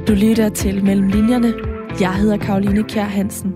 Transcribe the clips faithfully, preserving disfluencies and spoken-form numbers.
Du lytter til Mellem Linjerne. Jeg hedder Caroline Kjær Hansen.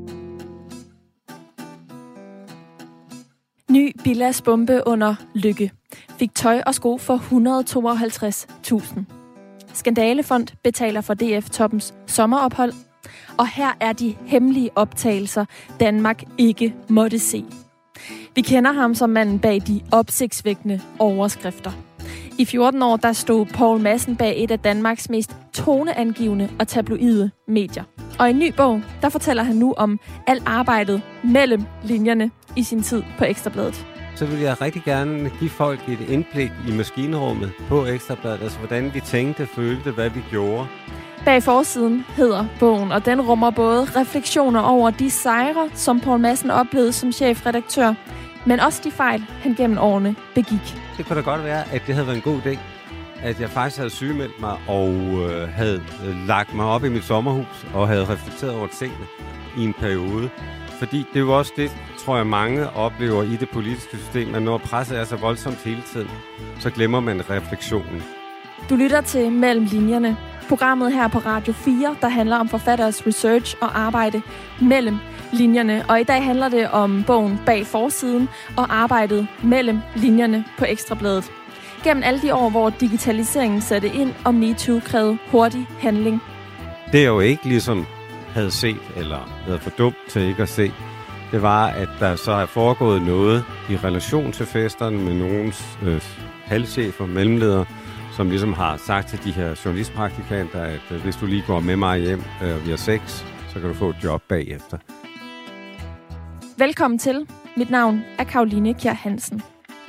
Ny bilasbombe under Lykke. Fik tøj og sko for et hundrede og tooghalvtreds tusind. Skandalefond betaler for D F-toppens sommerophold. Og her er de hemmelige optagelser, Danmark ikke måtte se. Vi kender ham som manden bag de opsigtsvækkende overskrifter. I fjorten år der stod Poul Madsen bag et af Danmarks mest toneangivende og tabloide medier. Og i en ny bog, der fortæller han nu om alt arbejdet mellem linjerne i sin tid på Ekstra Bladet. Så vil jeg rigtig gerne give folk et indblik i maskinrummet på Ekstra Bladet, altså hvordan vi tænkte, følte, hvad vi gjorde. Bag forsiden hedder bogen, og den rummer både refleksioner over de sejre, som Poul Madsen oplevede som chefredaktør, men også de fejl, han gennem årene begik. Det kunne da godt være, at det havde været en god idé, at jeg faktisk havde sygemeldt mig og øh, havde lagt mig op i mit sommerhus og havde reflekteret over tingene i en periode. Fordi det er jo også det, tror jeg, mange oplever i det politiske system, at når presset er så voldsomt hele tiden, så glemmer man refleksionen. Du lytter til Mellem Linjerne. Programmet her på Radio fire, der handler om forfatteres research og arbejde mellem linjerne. Og i dag handler det om bogen Bag forsiden og arbejdet mellem linjerne på Ekstra Bladet. Gennem alle de år, hvor digitaliseringen satte ind, og MeToo krævede hurtig handling. Det jeg jo ikke ligesom havde set, eller havde for dumt til ikke at se, det var, at der så er foregået noget i relation til festerne med nogens øh, halvchefer, mellemledere, som ligesom har sagt til de her journalistpraktikanter, at øh, hvis du lige går med mig hjem, og øh, vi har sex, så kan du få et job bagefter. Velkommen til. Mit navn er Caroline Kjær Hansen.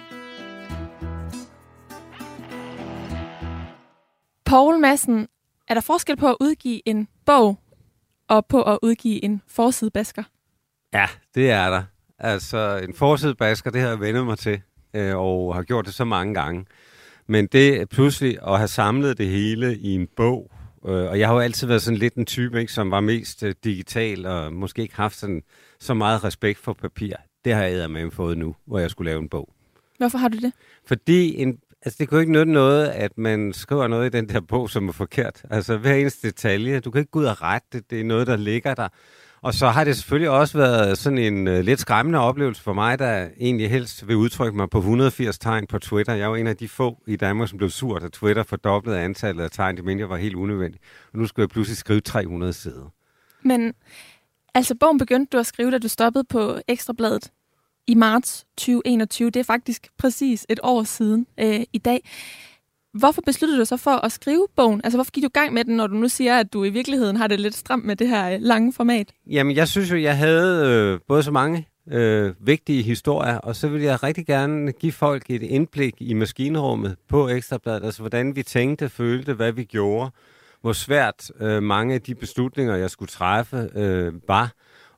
Poul Madsen, er der forskel på at udgive en bog og på at udgive en forsidebasker? Ja, det er der. Altså, en forsidebasker, det har jeg vendt mig til, øh, og har gjort det så mange gange. Men det pludselig at have samlet det hele i en bog, øh, og jeg har jo altid været sådan lidt en type, ikke, som var mest øh, digital, og måske ikke haft sådan, så meget respekt for papir. Det har jeg eddermame fået nu, hvor jeg skulle lave en bog. Hvorfor har du det? Fordi en, altså, det kunne jo ikke nytte noget, at man skriver noget i den der bog, som er forkert. Altså hver eneste detalje, du kan ikke gå ud og rette det, det er noget, der ligger der. Og så har det selvfølgelig også været sådan en uh, lidt skræmmende oplevelse for mig, der egentlig helst vil udtrykke mig på et hundrede og firs tegn på Twitter. Jeg er jo en af de få i Danmark, som blev sur, at Twitter fordoblede antallet af tegn. Det mente jeg var helt unødvendigt. Og nu skal jeg pludselig skrive tre hundrede sider. Men altså, bogen begyndte du at skrive, da du stoppede på Ekstra Bladet i marts tyve enogtyve. Det er faktisk præcis et år siden øh, i dag. Hvorfor besluttede du så for at skrive bogen? Altså, hvorfor gik du i gang med den, når du nu siger, at du i virkeligheden har det lidt stramt med det her lange format? Jamen, jeg synes jo, jeg havde øh, både så mange øh, vigtige historier, og så vil jeg rigtig gerne give folk et indblik i maskinrummet på Ekstra Bladet, altså hvordan vi tænkte, følte, hvad vi gjorde, hvor svært øh, mange af de beslutninger, jeg skulle træffe, øh, var.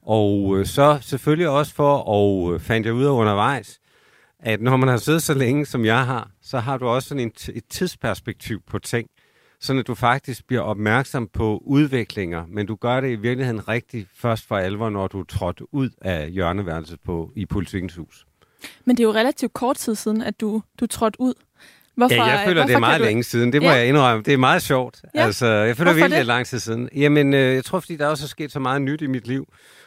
Og øh, så selvfølgelig også for, og øh, fandt jeg ud af undervejs, at når man har siddet så længe, som jeg har, så har du også sådan en t- et tidsperspektiv på ting, sådan at du faktisk bliver opmærksom på udviklinger, men du gør det i virkeligheden rigtig først for alvor, når du er trådt ud af hjørneværelset på, i Politikens Hus. Men det er jo relativt kort tid siden, at du, du trådte ud. Hvorfor, ja, jeg føler, det er meget du... længe siden. Det må ja. jeg indrømme. Det er meget sjovt. Ja. Altså, jeg føler virkelig, det er lang tid siden. Jamen, øh, jeg tror, fordi der også er sket så meget nyt i mit liv.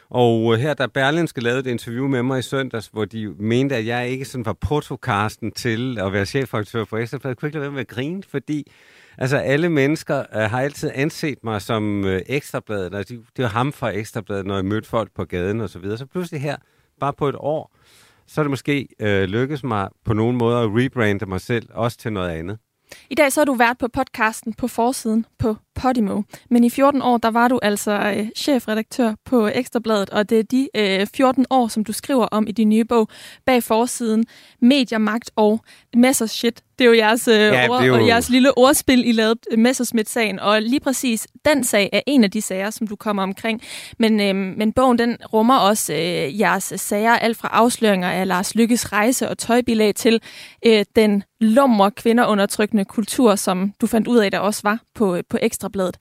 Og her, der Berlingske lavede et interview med mig i søndags, hvor de mente, at jeg ikke sådan var protokasten til at være chefredaktør for Ekstra Bladet. Jeg kunne ikke lade være med at grine, fordi altså, alle mennesker øh, har altid anset mig som øh, Ekstra Bladet. Altså, det var ham fra Ekstra Bladet, når jeg mødte folk på gaden og så videre. Så pludselig her, bare på et år, så er det måske øh, lykkes mig på nogen måde at rebrande mig selv, også til noget andet. I dag så har du været på podcasten På forsiden på Podimo, men i fjorten år, der var du altså øh, chefredaktør på Ekstra Bladet, og det er de øh, fjorten år, som du skriver om i din nye bog, Bag forsiden, Medier, Magt og Messerschmidt. Det er jo jeres, øh, ja, ord, jo... og jeres lille ordspil, I lavede Messerschmidt-sagen, og lige præcis den sag er en af de sager, som du kommer omkring. Men, øh, men bogen, den rummer også øh, jeres sager, alt fra afsløringer af Lars Løkkes rejse og tøjbilag til øh, den lumre kvinderundertrykkende kultur, som du fandt ud af, der også var på, på Ekstra Bladet.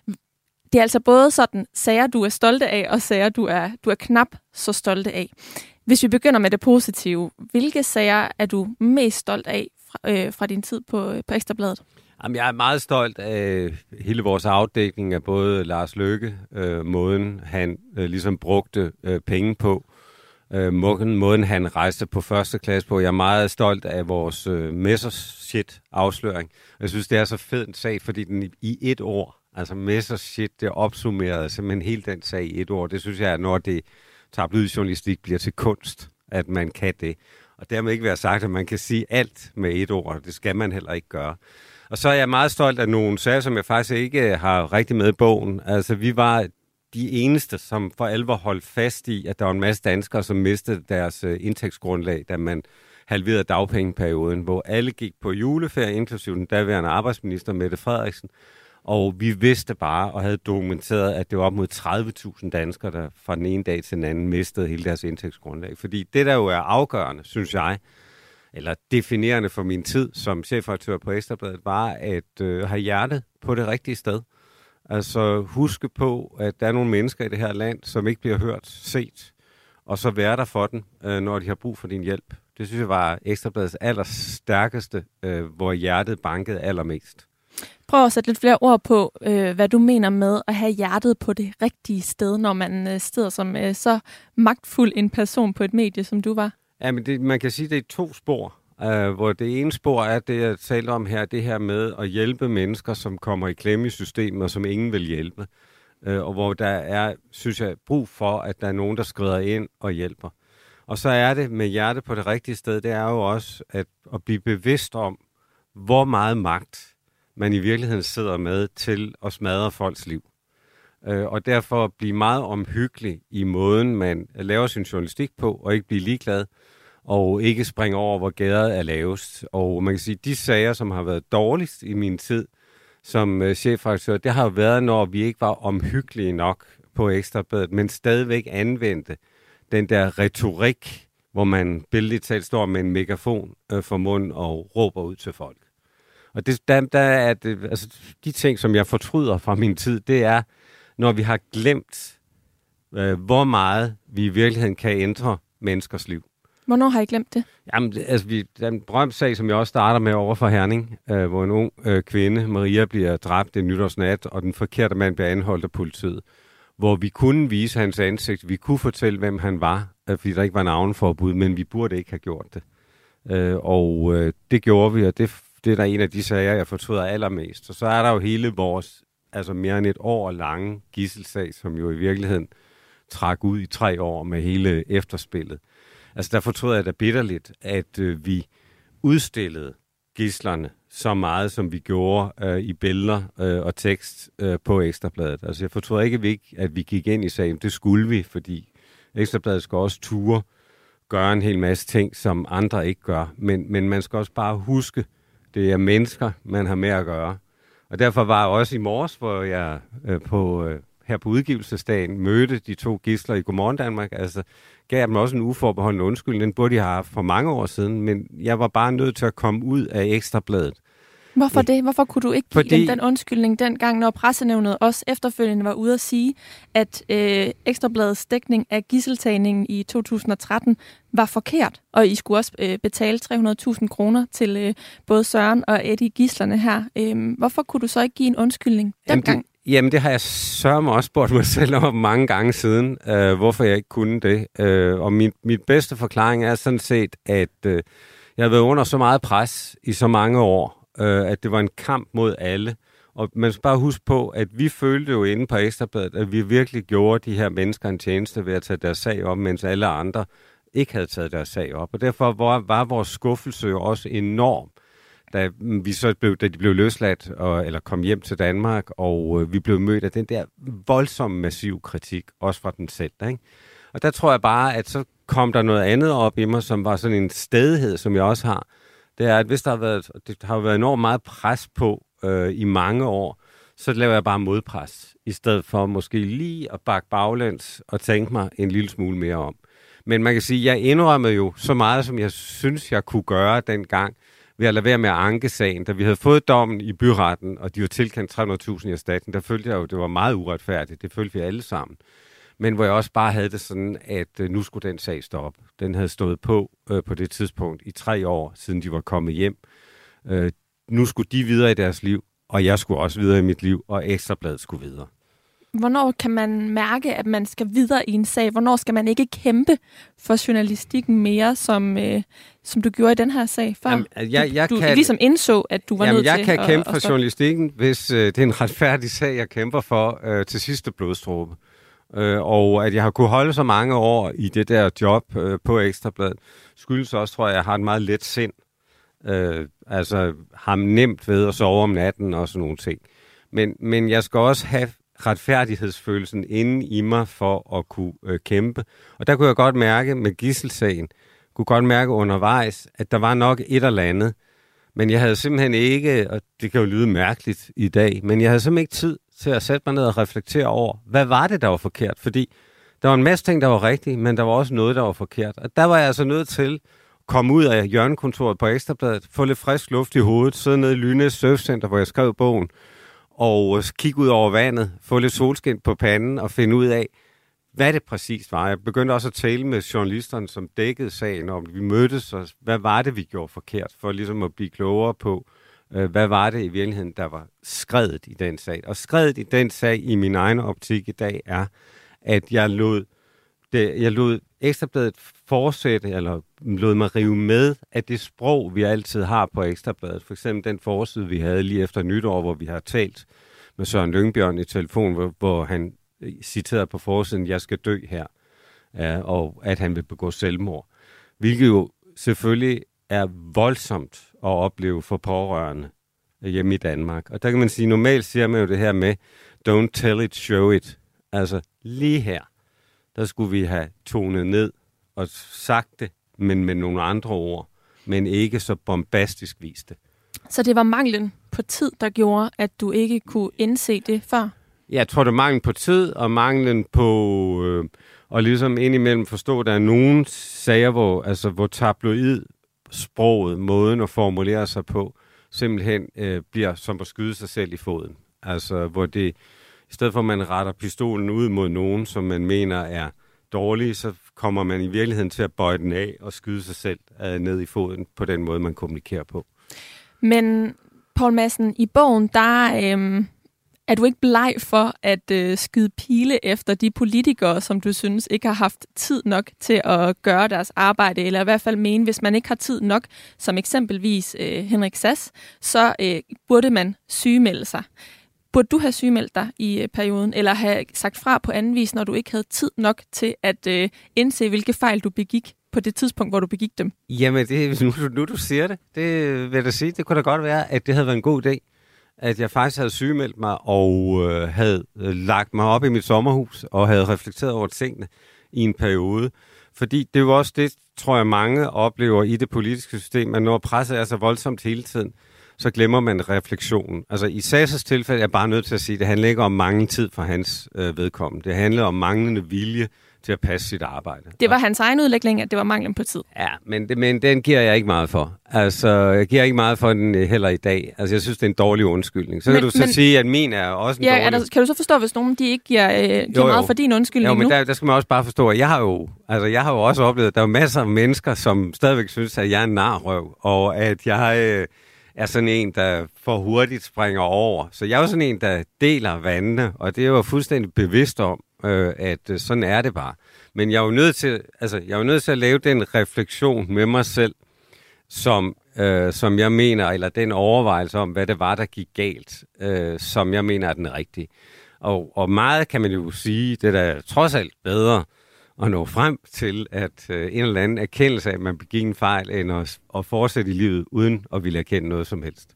Det er altså både sådan sager, du er stolte af, og sager, du er, du er knap så stolte af. Hvis vi begynder med det positive, hvilke sager er du mest stolt af fra, øh, fra din tid på, på Ekstra Bladet? Jamen, jeg er meget stolt af hele vores afdækning af både Lars Løkke, øh, måden han øh, ligesom brugte øh, penge på, øh, måden, måden han rejste på første klasse på. Jeg er meget stolt af vores øh, Messerschmidt-afsløring. Jeg synes, det er så fed en sag, fordi den i, i et ord, altså Messerschmidt, det opsummerede simpelthen hele den sag i et ord. Det synes jeg, når det tabloidjournalistik bliver til kunst, at man kan det. Og dermed ikke være sagt, at man kan sige alt med et ord. Det skal man heller ikke gøre. Og så er jeg meget stolt af nogle sager, som jeg faktisk ikke har rigtig med i bogen. Altså, vi var de eneste, som for alvor holdt fast i, at der var en masse danskere, som mistede deres uh, indtægtsgrundlag, da man halverede dagpengeperioden, hvor alle gik på juleferie, inklusive den daværende arbejdsminister Mette Frederiksen. Og vi vidste bare og havde dokumenteret, at det var op mod tredive tusind danskere, der fra den ene dag til den anden mistede hele deres indtægtsgrundlag. Fordi det, der jo er afgørende, synes jeg, eller definerende for min tid som chefredaktør på Ekstra Bladet, var at øh, have hjertet på det rigtige sted. Altså huske på, at der er nogle mennesker i det her land, som ikke bliver hørt, set, og så være der for den, øh, når de har brug for din hjælp. Det synes jeg var Ekstra Bladets allerstærkeste, øh, hvor hjertet bankede allermest. Prøv at sætte lidt flere ord på, øh, hvad du mener med at have hjertet på det rigtige sted, når man øh, sidder som øh, så magtfuld en person på et medie, som du var. Ja, men det, man kan sige, det er to spor. Uh, hvor det ene spor er det, jeg taler om her, det her med at hjælpe mennesker, som kommer i klemme i systemet, og som ingen vil hjælpe. Uh, og hvor der er, synes jeg, brug for, at der er nogen, der skrider ind og hjælper. Og så er det med hjertet på det rigtige sted, det er jo også at, at blive bevidst om, hvor meget magt man i virkeligheden sidder med til at smadre folks liv. Uh, og derfor blive meget omhyggelig i måden, man laver sin journalistik på, og ikke blive ligeglad, og ikke springe over, hvor gader er lavest. Og man kan sige, at de sager, som har været dårligst i min tid som uh, chefredaktør, det har jo været, når vi ikke var omhyggelige nok på Ekstra Bladet, men stadigvæk anvendte den der retorik, hvor man billedligt talt står med en megafon uh, for mund og råber ud til folk. Og det, der, der er det, altså, de ting, som jeg fortryder fra min tid, det er, når vi har glemt, uh, hvor meget vi i virkeligheden kan ændre menneskers liv. Hvornår har I glemt det? Jamen, altså, vi, der er en berømt sag, som jeg også starter med over for Herning, øh, hvor en ung øh, kvinde, Maria, bliver dræbt en nytårsnat, og den forkerte mand bliver anholdt af politiet. Hvor vi kunne vise hans ansigt, vi kunne fortælle, hvem han var, øh, fordi der ikke var navneforbud, men vi burde ikke have gjort det. Øh, og øh, det gjorde vi, og det, det er der en af de sager, jeg fortryder allermest. Og så er der jo hele vores, altså mere end et år lange gidselsag, som jo i virkeligheden trak ud i tre år med hele efterspillet. Altså der fortryder jeg da bitterligt, at øh, vi udstillede gidslerne så meget, som vi gjorde øh, i billeder øh, og tekst øh, på Ekstra Bladet. Altså jeg fortryder ikke, at vi, at vi gik ind i sagen. Det skulle vi, fordi Ekstra Bladet skal også ture gøre en hel masse ting, som andre ikke gør. Men, men man skal også bare huske, det er mennesker, man har med at gøre. Og derfor var jeg også i morges, hvor jeg øh, på... Øh, her på udgivelsesdagen mødte de to gidsler i Godmorgen Danmark, altså gav dem også en uforbeholden undskyldning. Den burde de have haft for mange år siden, men jeg var bare nødt til at komme ud af Ekstra Bladet. Hvorfor det? Hvorfor kunne du ikke give Fordi... den undskyldning dengang, når Pressenævnet også efterfølgende var ude at sige, at øh, Ekstra Bladets dækning af gidseltagningen i to tusind og tretten var forkert, og I skulle også øh, betale tre hundrede tusind kroner til øh, både Søren og Eddie gidslerne her. Øh, hvorfor kunne du så ikke give en undskyldning dengang? Jamen det, jamen det har jeg sørme også spurgt mig selv om mange gange siden, øh, hvorfor jeg ikke kunne det. Øh, og min, mit bedste forklaring er sådan set, at øh, jeg har været under så meget pres i så mange år, at det var en kamp mod alle. Og man skal bare huske på, at vi følte jo inde på Ekstra Bladet, at vi virkelig gjorde de her mennesker en tjeneste ved at tage deres sag op, mens alle andre ikke havde taget deres sag op. Og derfor var, var vores skuffelse jo også enorm, da, vi så blev, da de blev løsladt og, eller kom hjem til Danmark, og øh, vi blev mødt af den der voldsomme massiv kritik, også fra dem selv. Ikke? Og der tror jeg bare, at så kom der noget andet op i mig, som var sådan en stædighed, som jeg også har. Det er, at hvis der har været, det har været enormt meget pres på øh, i mange år, så laver jeg bare modpres, i stedet for måske lige at bakke baglæns og tænke mig en lille smule mere om. Men man kan sige, at jeg indrømmede jo så meget, som jeg synes, jeg kunne gøre dengang, ved at lade være med at anke sagen. Da vi havde fået dommen i byretten, og de var tilkendt tre hundrede tusind i erstatning, der følte jeg jo, det var meget uretfærdigt. Det følte vi alle sammen. Men hvor jeg også bare havde det sådan, at øh, nu skulle den sag stoppe. Den havde stået på øh, på det tidspunkt i tre år, siden de var kommet hjem. Øh, nu skulle de videre i deres liv, og jeg skulle også videre i mit liv, og Ekstra Bladet skulle videre. Hvornår kan man mærke, at man skal videre i en sag? Hvornår skal man ikke kæmpe for journalistikken mere, som, øh, som du gjorde i den her sag før? Jamen, jeg, jeg du du kan, ligesom indså, at du var jamen, nødt jeg til kan at, kæmpe at for stoppe. journalistikken, hvis øh, det er en retfærdig sag, jeg kæmper for øh, til sidste blodstråbe. Øh, og at jeg har kunnet holde så mange år i det der job øh, på Ekstra Bladet, skyldes også, tror jeg, at jeg har et meget let sind. Øh, altså har nemt ved at sove om natten og sådan nogle ting. Men, men jeg skal også have retfærdighedsfølelsen inde i mig for at kunne øh, kæmpe. Og der kunne jeg godt mærke med Gidsel-sagen, kunne godt mærke undervejs, at der var nok et eller andet. Men jeg havde simpelthen ikke, og det kan jo lyde mærkeligt i dag, men jeg havde simpelthen ikke tid til at sætte mig ned og reflektere over, hvad var det, der var forkert? Fordi der var en masse ting, der var rigtige, men der var også noget, der var forkert. Og der var jeg altså nødt til at komme ud af hjørnekontoret på Ekstra Bladet, få lidt frisk luft i hovedet, sidde nede i Lynæs Surfcenter, hvor jeg skrev bogen, og kigge ud over vandet, få lidt solskin på panden og finde ud af, hvad det præcis var. Jeg begyndte også at tale med journalisterne, som dækkede sagen, om vi mødtes, og hvad var det, vi gjorde forkert, for ligesom at blive klogere på, hvad var det i virkeligheden, der var skredet i den sag. Og skredet i den sag i min egen optik i dag er, at jeg lod, det, jeg lod Ekstra Bladet fortsætte, eller lod mig rive med af det sprog, vi altid har på Ekstra Bladet. For eksempel den forside, vi havde lige efter nytår, hvor vi har talt med Søren Lyngbjørn i telefon, hvor, hvor han citerede på forsiden, jeg skal dø her, ja, og at han vil begå selvmord. Hvilket jo selvfølgelig er voldsomt at opleve for pårørende hjemme i Danmark. Og der kan man sige, normalt siger man jo det her med, don't tell it, show it. Altså lige her, der skulle vi have tonet ned og sagt det, men med nogle andre ord, men ikke så bombastisk vist det. Så det var manglen på tid, der gjorde, at du ikke kunne indse det før? Jeg tror, det er manglen på tid, og manglen på øh, at ligesom indimellem forstå, at der er nogle sager, hvor, altså, hvor tabloid sproget, måden at formulere sig på, simpelthen øh, bliver som at skyde sig selv i foden. Altså, hvor det, i stedet for at man retter pistolen ud mod nogen, som man mener er dårlige, så kommer man i virkeligheden til at bøje den af og skyde sig selv øh, ned i foden på den måde, man kommunikerer på. Men Poul Madsen, i bogen, der øh, er du ikke bleg for at øh, skyde pile efter de politikere, som du synes ikke har haft tid nok til at gøre deres arbejde, eller i hvert fald mene, hvis man ikke har tid nok, som eksempelvis øh, Henrik Sass, så øh, burde man sygemelde sig. Burde du have sygemeldt dig i øh, perioden, eller have sagt fra på anden vis, når du ikke havde tid nok til at øh, indse, hvilke fejl du begik på det tidspunkt, hvor du begik dem? Jamen, det, nu, nu du siger det, det vil jeg da sige, det kunne da godt være, at det havde været en god idé, at jeg faktisk havde sygemeldt mig og øh, havde øh, lagt mig op i mit sommerhus og havde reflekteret over tingene i en periode. Fordi det er jo også det, tror jeg, mange oplever i det politiske system, at når presset er så voldsomt hele tiden, så glemmer man refleksionen. Altså i Sasses tilfælde er jeg bare nødt til at sige, at det handler ikke om mange tid for hans øh, vedkommende. Det handler om manglende vilje til at passe sit arbejde. Det var hans egen udlægning, at det var manglen på tid. Ja, men, det, men den giver jeg ikke meget for. Altså, jeg giver ikke meget for den heller i dag. Altså, jeg synes, det er en dårlig undskyldning. Så men, kan du så men, sige, at min er også en ja, dårlig... Ja, kan du så forstå, hvis nogen de ikke giver, øh, giver jo, jo. meget for din undskyldning nu? Jo, men der, nu? der skal man også bare forstå, at jeg har jo, altså, jeg har jo også oplevet, at der er masser af mennesker, som stadigvæk synes, at jeg er en narrøv, og at jeg øh, er sådan en, der for hurtigt springer over. Så jeg er jo sådan en, der deler vandene, og det er jo fuldstændig bevidst om, øh, at øh, sådan er det bare. Men jeg er jo nødt til, altså, jeg er jo nødt til at lave den refleksion med mig selv, som, øh, som jeg mener, eller den overvejelse om, hvad det var, der gik galt, øh, som jeg mener er den rigtige. Og, og meget kan man jo sige, det er da trods alt bedre at nå frem til, at øh, en eller anden erkendelse af, at man begik en fejl, end at, at fortsætte i livet, uden at ville erkende noget som helst.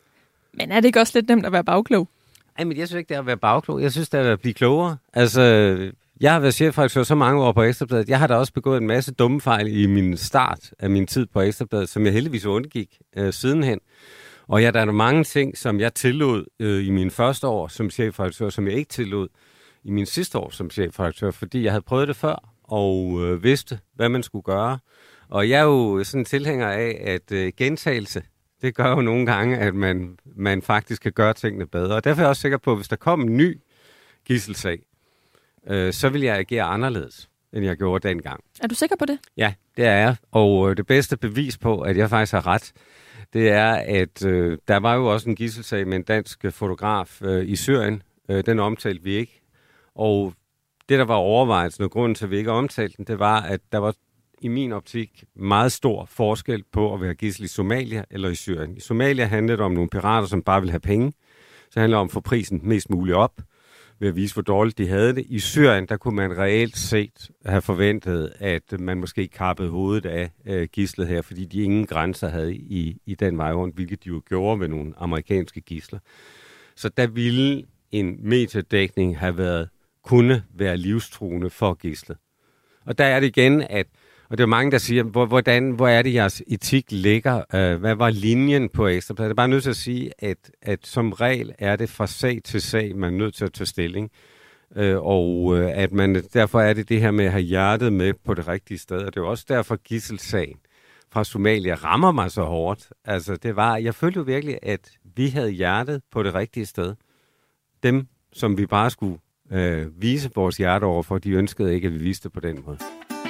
Men er det ikke også lidt nemt at være bagklog? Ej, men jeg synes ikke, det er at være bagklog. Jeg synes, det er at blive klogere. Altså... Jeg har været chefredaktør så mange år på Ekstra Bladet. Jeg har da også begået en masse dumme fejl i min start af min tid på Ekstra Bladet, som jeg heldigvis undgik øh, sidenhen. Og ja, der er mange ting, som jeg tillod øh, i mine første år som chefredaktør, som jeg ikke tillod i min sidste år som chefredaktør, fordi jeg havde prøvet det før og øh, vidste, hvad man skulle gøre. Og jeg er jo sådan en tilhænger af, at øh, gentagelse, det gør jo nogle gange, at man, man faktisk kan gøre tingene bedre. Og derfor er jeg også sikker på, at hvis der kom en ny gidselsag, så vil jeg agere anderledes, end jeg gjorde dengang. Er du sikker på det? Ja, det er jeg. Og det bedste bevis på, at jeg faktisk har ret, det er, at øh, der var jo også en gidselsag med en dansk fotograf øh, i Syrien. Øh, den omtalte vi ikke. Og det, der var overvejelsen, og grunden til, at vi ikke omtalte den, det var, at der var i min optik meget stor forskel på at være gidsel i Somalia eller i Syrien. I Somalia handlede det om nogle pirater, som bare ville have penge. Så handler det om at få prisen mest muligt op, ved at vise, hvor dårligt de havde det. I Syrien, der kunne man reelt set have forventet, at man måske kappede hovedet af øh, gidslet her, fordi de ingen grænser havde i, i den vej rundt, hvilket de jo gjorde med nogle amerikanske gidsler. Så der ville en mediedækning have været, kunne være livstruende for gidslet. Og der er det igen, at, og det er mange, der siger, hvor, hvordan, hvor er det, jeres etik ligger? Uh, hvad var linjen på Ekstra Bladet? Det er bare nødt til at sige, at, at som regel er det fra sag til sag, man er nødt til at tage stilling. Uh, og uh, at man, derfor er det det her med at have hjertet med på det rigtige sted. Og det er også derfor, gidselsagen fra Somalia rammer mig så hårdt. Altså, det var, jeg følte jo virkelig, at vi havde hjertet på det rigtige sted. Dem, som vi bare skulle uh, vise vores hjerte over for, de ønskede ikke, at vi viste det på den måde.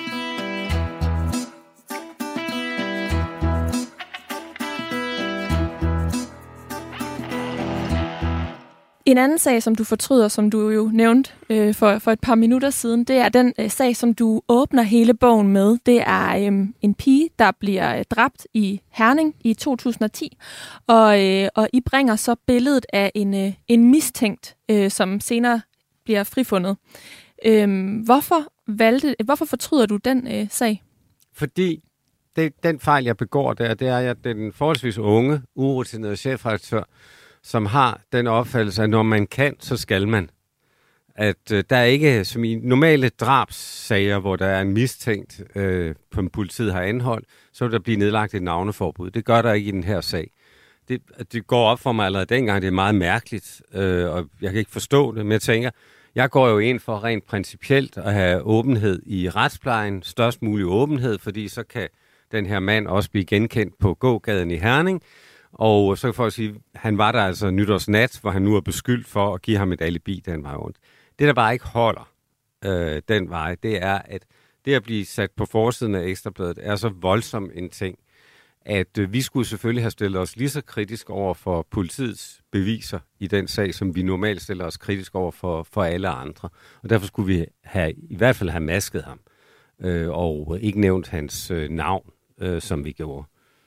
En anden sag, som du fortryder, som du jo nævnte øh, for, for et par minutter siden, det er den øh, sag, som du åbner hele bogen med. Det er øh, en pige, der bliver øh, dræbt i Herning i to tusind og ti, og, øh, og I bringer så billedet af en, øh, en mistænkt, øh, som senere bliver frifundet. Øh, hvorfor, valgte, hvorfor fortryder du den øh, sag? Fordi det, den fejl, jeg begår der, det er, at jeg er den forholdsvis unge, urutinerede chefredaktør, som har den opfattelse, at når man kan, så skal man. At øh, der er ikke, som i normale drabssager, hvor der er en mistænkt, øh, på politiet har anholdt, så vil der blive nedlagt et navneforbud. Det gør der ikke i den her sag. Det, det går op for mig allerede dengang, det er meget mærkeligt, øh, og jeg kan ikke forstå det, men jeg tænker, jeg går jo ind for rent principielt at have åbenhed i retsplejen, størst mulig åbenhed, fordi så kan den her mand også blive genkendt på gågaden i Herning. Og så kan folk sige, han var der altså nytårsnat, hvor han nu er beskyldt for at give ham et alibi den vej rundt. Det, der bare ikke holder øh, den vej, det er, at det at blive sat på forsiden af Ekstra Bladet er så voldsom en ting, at øh, vi skulle selvfølgelig have stillet os lige så kritisk over for politiets beviser i den sag, som vi normalt stiller os kritisk over for, for alle andre. Og derfor skulle vi have, i hvert fald have masket ham, øh, og ikke nævnt hans øh, navn, øh, som vi gjorde.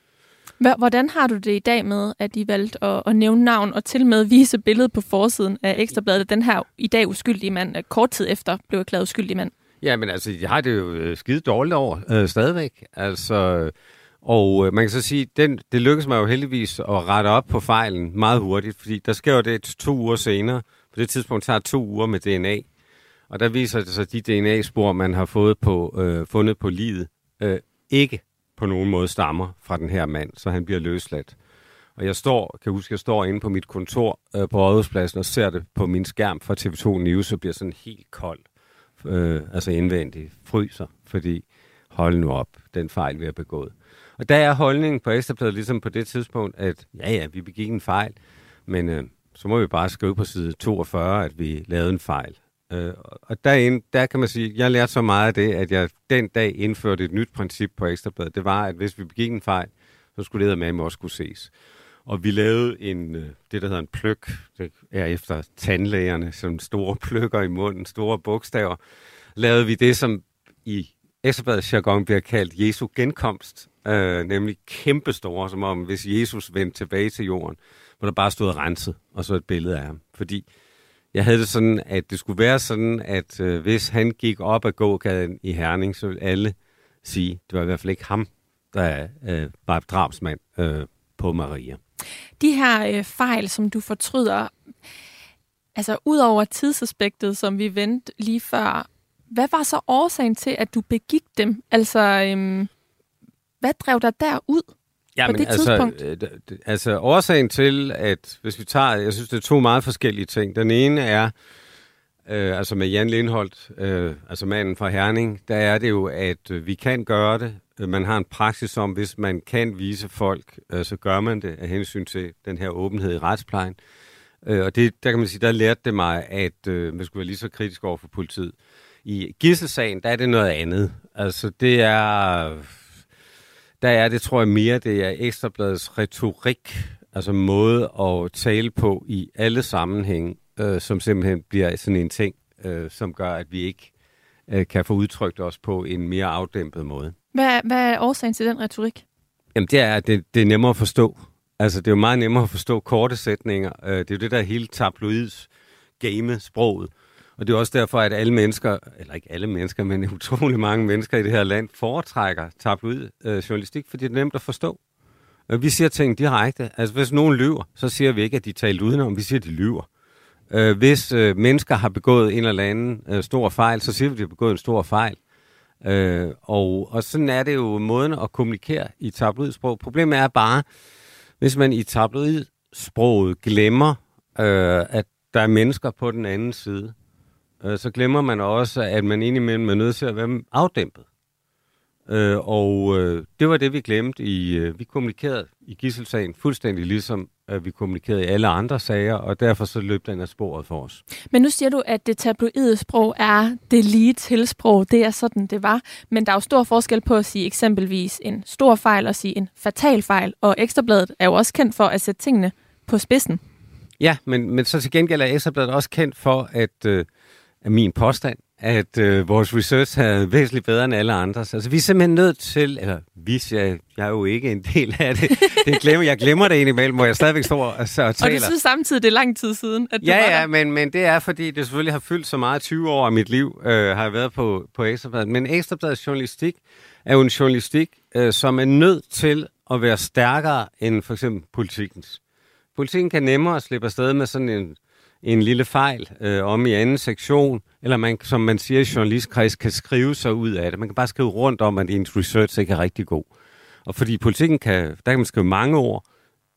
Hvordan har du det i dag med, at I valgte at, at nævne navn og til med vise billedet på forsiden af Ekstra Bladet, den her i dag uskyldige mand, kort tid efter blev erklæret uskyldig mand? Ja, men altså, jeg har det jo skide dårligt over øh, stadigvæk. Altså, og øh, man kan så sige, den, det lykkedes mig jo heldigvis at rette op på fejlen meget hurtigt, fordi der sker jo det to uger senere. På det tidspunkt tager to uger med D N A, og der viser det sig, at de D N A-spor, man har fået på, øh, fundet på livet, øh, ikke på nogen måde stammer fra den her mand, så han bliver løsladt. Og jeg står, kan huske, jeg står inde på mit kontor øh, på Rådhuspladsen og ser det på min skærm fra T V to News, så bliver sådan helt kold, øh, altså indvendigt, fryser, fordi hold nu op, den fejl vi har begået. Og der er holdningen på Ekstra Bladet ligesom på det tidspunkt, at ja, ja, vi begik en fejl, men øh, så må vi bare skrive på side toogfyrre, at vi lavede en fejl. Øh, og derinde, der kan man sige, jeg lærte så meget af det, at jeg den dag indførte et nyt princip på Ekstra Bladet. Det var, at hvis vi begik en fejl, så skulle det med, at vi også kunne ses. Og vi lavede en, det, der hedder en pløk, det er efter tandlægerne, som store pløkker i munden, store bogstaver, lavede vi det, som i Ekstra Bladets jargon bliver kaldt Jesu genkomst, øh, nemlig kæmpestore, som om hvis Jesus vendte tilbage til jorden, hvor der bare stod renset, og så et billede af ham. Fordi jeg havde det sådan, at det skulle være sådan, at øh, hvis han gik op ad gågaden i Herning, så ville alle sige, det var i hvert fald ikke ham, der øh, var drabsmand øh, på Maria. De her øh, fejl, som du fortryder, altså ud over tidsaspektet, som vi vendte lige før, hvad var så årsagen til, at du begik dem? Altså, øhm, hvad drev dig derud? Ja, men altså, øh, altså årsagen til, at hvis vi tager, jeg synes, det er to meget forskellige ting. Den ene er, øh, altså med Jan Lindholt, øh, altså manden fra Herning, der er det jo, at øh, vi kan gøre det. Man har en praksis om, hvis man kan vise folk, øh, så gør man det af hensyn til den her åbenhed i retsplejen. Øh, og det, der kan man sige, der lærte det mig, at øh, man skulle være lige så kritisk over for politiet. I gidselssagen, der er det noget andet. Altså det er... der er det, tror jeg mere, det er Ekstrabladets retorik, altså måde at tale på i alle sammenhænge, øh, som simpelthen bliver sådan en ting, øh, som gør, at vi ikke øh, kan få udtrykt os på en mere afdæmpet måde. Hvad, hvad er årsagen til den retorik? Jamen, det er, at det, det er nemmere at forstå. Altså, det er jo meget nemmere at forstå korte sætninger. Øh, det er jo det, der hele tabloids game sproget. Og det er også derfor, at alle mennesker, eller ikke alle mennesker, men utrolig mange mennesker i det her land, foretrækker tabloid øh, journalistik, fordi det er nemt at forstå. Øh, vi siger ting direkte. Altså, hvis nogen lyver, så siger vi ikke, at de taler udenom. Vi siger, at de lyver. Øh, hvis øh, mennesker har begået en eller anden øh, stor fejl, så siger vi, at de har begået en stor fejl. Øh, og, og sådan er det jo måden at kommunikere i tabloidsprog. Problemet er bare, hvis man i tabloidsproget glemmer, øh, at der er mennesker på den anden side, øh, så glemmer man også, at man indimellem er nødt til at være afdæmpet. Øh, og øh, det var det, vi glemte. I, øh, vi kommunikerede i Gidselssagen fuldstændig ligesom øh, vi kommunikerede i alle andre sager, og derfor så løb den af sporet for os. Men nu siger du, at det tabloide sprog er det lige til sprog. Det er sådan, det var. Men der er jo stor forskel på at sige eksempelvis en stor fejl og sige en fatal fejl. Og Ekstrabladet er jo også kendt for at sætte tingene på spidsen. Ja, men, men så til gengæld er Ekstrabladet også kendt for, at, øh, at min påstand, at øh, vores research er væsentligt bedre end alle andres. Altså, vi er simpelthen nødt til, eller hvis jeg, jeg er jo ikke en del af det, det glemmer, jeg glemmer det indimellem, hvor jeg stadigvæk står og, og taler. Og du synes samtidig, det er lang tid siden, at du ja, var ja, der. men, men det er, fordi det selvfølgelig har fyldt så meget tyve år af mit liv, øh, har jeg været på, på Ekstrabladet. Men Ekstrabladets journalistik er jo en journalistik, øh, som er nødt til at være stærkere end for eksempel politikens. Politikken kan nemmere slippe afsted med sådan en en lille fejl øh, om i anden sektion, eller man, som man siger i journalistkreds, kan skrive sig ud af det. Man kan bare skrive rundt om, at ens research ikke er rigtig god. Og fordi politikken kan, der kan man skrive mange ord.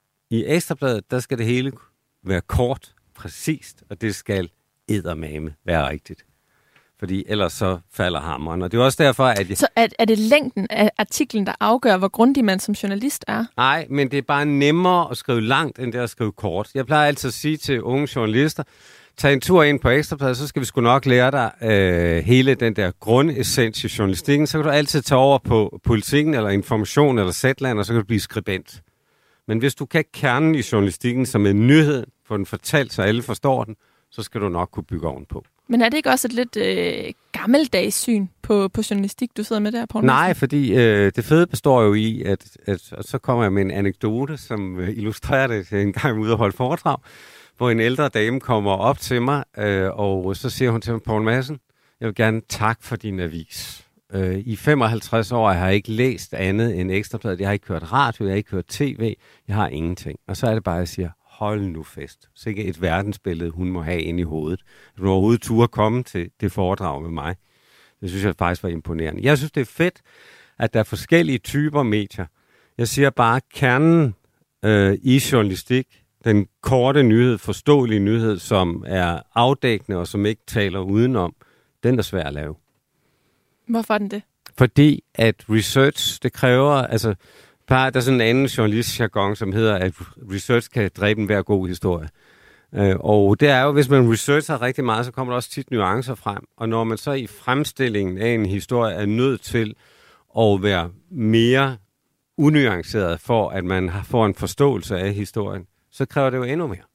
I Ekstrabladet, der skal det hele være kort, præcist, og det skal eddermame være rigtigt. Fordi ellers så falder hammeren. Og det er også derfor, at... Jeg... Så er, er det længden af artiklen, der afgør, hvor grundig man som journalist er? Nej, men det er bare nemmere at skrive langt, end det at skrive kort. Jeg plejer altid at sige til unge journalister, tag en tur ind på Ekstrabladet, så skal vi sgu nok lære dig øh, hele den der grundessens i journalistikken. Så kan du altid tage over på politikken, eller information, eller Zetland, og så kan du blive skribent. Men hvis du kan kernen i journalistikken som en nyhed, få den fortalt, så alle forstår den, så skal du nok kunne bygge ovenpå. Men er det ikke også et lidt øh, gammeldags syn på, på journalistik, du sidder med der, Poul? Nej, fordi øh, det fede består jo i, at, at og så kommer jeg med en anekdote, som øh, illustrerer det en gang ude at holde foredrag, hvor en ældre dame kommer op til mig, øh, og så siger hun til mig, Poul Madsen, jeg vil gerne takke for din avis. Øh, I femoghalvtreds år har jeg ikke læst andet end Ekstrabladet. Jeg har ikke hørt radio, jeg har ikke hørt tv, jeg har ingenting. Og så er det bare, at jeg siger, hold nu fest. Så ikke et verdensbillede, hun må have inde i hovedet. At hun overhovedet turde komme til det foredrag med mig. Det synes jeg faktisk var imponerende. Jeg synes, det er fedt, at der er forskellige typer medier. Jeg siger bare, kernen øh, i journalistik, den korte nyhed, forståelige nyhed, som er afdækkende og som ikke taler udenom, den er svær at lave. Hvorfor er den det? Fordi at research, det kræver, altså, der er sådan en anden journalistjargon, som hedder, at research kan dræbe en hver god historie. Og det er jo, hvis man researcher rigtig meget, så kommer der også tit nuancer frem. Og når man så i fremstillingen af en historie er nødt til at være mere unuanceret for, at man får en forståelse af historien, så kræver det jo endnu mere.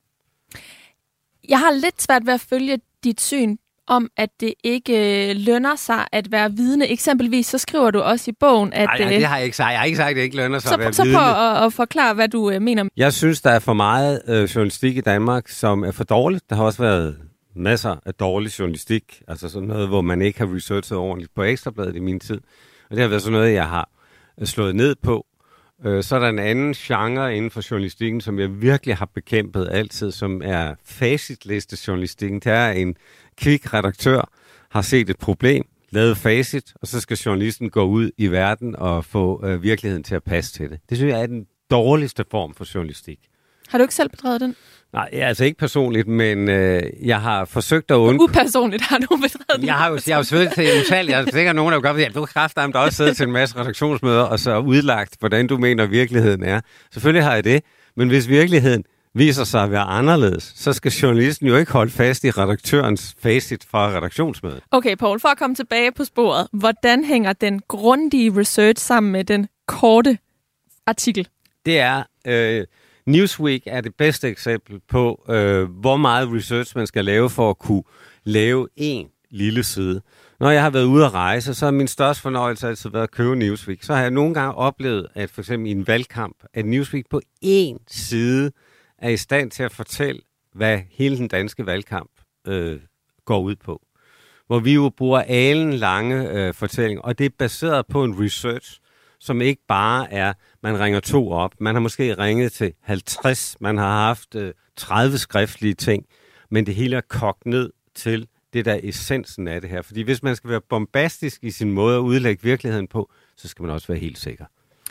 Jeg har lidt svært ved at følge dit syn om, at det ikke lønner sig at være vidne. Eksempelvis så skriver du også i bogen, at... Nej, det har jeg ikke sagt. Jeg har ikke sagt, at det ikke lønner sig så, at være så vidne. Så prøv at, at forklare, hvad du mener. Jeg synes, der er for meget øh, journalistik i Danmark, som er for dårligt. Der har også været masser af dårlig journalistik. Altså sådan noget, hvor man ikke har researchet ordentligt på Ekstrabladet i min tid. Og det har været sådan noget, jeg har slået ned på. Øh, så er der en anden genre inden for journalistikken, som jeg virkelig har bekæmpet altid, som er facitliste-journalistikken. Det er en kvik redaktør, har set et problem, lavet facit, og så skal journalisten gå ud i verden og få øh, virkeligheden til at passe til det. Det synes jeg er den dårligste form for journalistik. Har du ikke selv bedrevet den? Nej, altså ikke personligt, men øh, jeg har forsøgt at undgå... Upersonligt har du bedrevet den? Jeg har jo, jeg har jo siddet til en tal, jeg tænker, at nogen har jo godt ved, at du har kraftigt også siddet til en masse redaktionsmøder, og så udlagt, hvordan du mener, virkeligheden er. Selvfølgelig har jeg det, men hvis virkeligheden viser sig at være anderledes, så skal journalisten jo ikke holde fast i redaktørens facit fra redaktionsmødet. Okay, Poul, for at komme tilbage på sporet. Hvordan hænger den grundige research sammen med den korte artikel? Det er, øh, Newsweek er det bedste eksempel på, øh, hvor meget research man skal lave for at kunne lave en lille side. Når jeg har været ude at rejse, så er min største fornøjelse altid været at købe Newsweek. Så har jeg nogle gange oplevet, at for eksempel i en valgkamp, at Newsweek på én side er i stand til at fortælle, hvad hele den danske valgkamp øh, går ud på. Hvor vi jo bruger alen lange øh, fortællinger, og det er baseret på en research, som ikke bare er, man ringer to op. Man har måske ringet til halvtreds, man har haft øh, tredive skriftlige ting, men det hele er kogt ned til det, der er essensen af det her. Fordi hvis man skal være bombastisk i sin måde at udlægge virkeligheden på, så skal man også være helt sikker.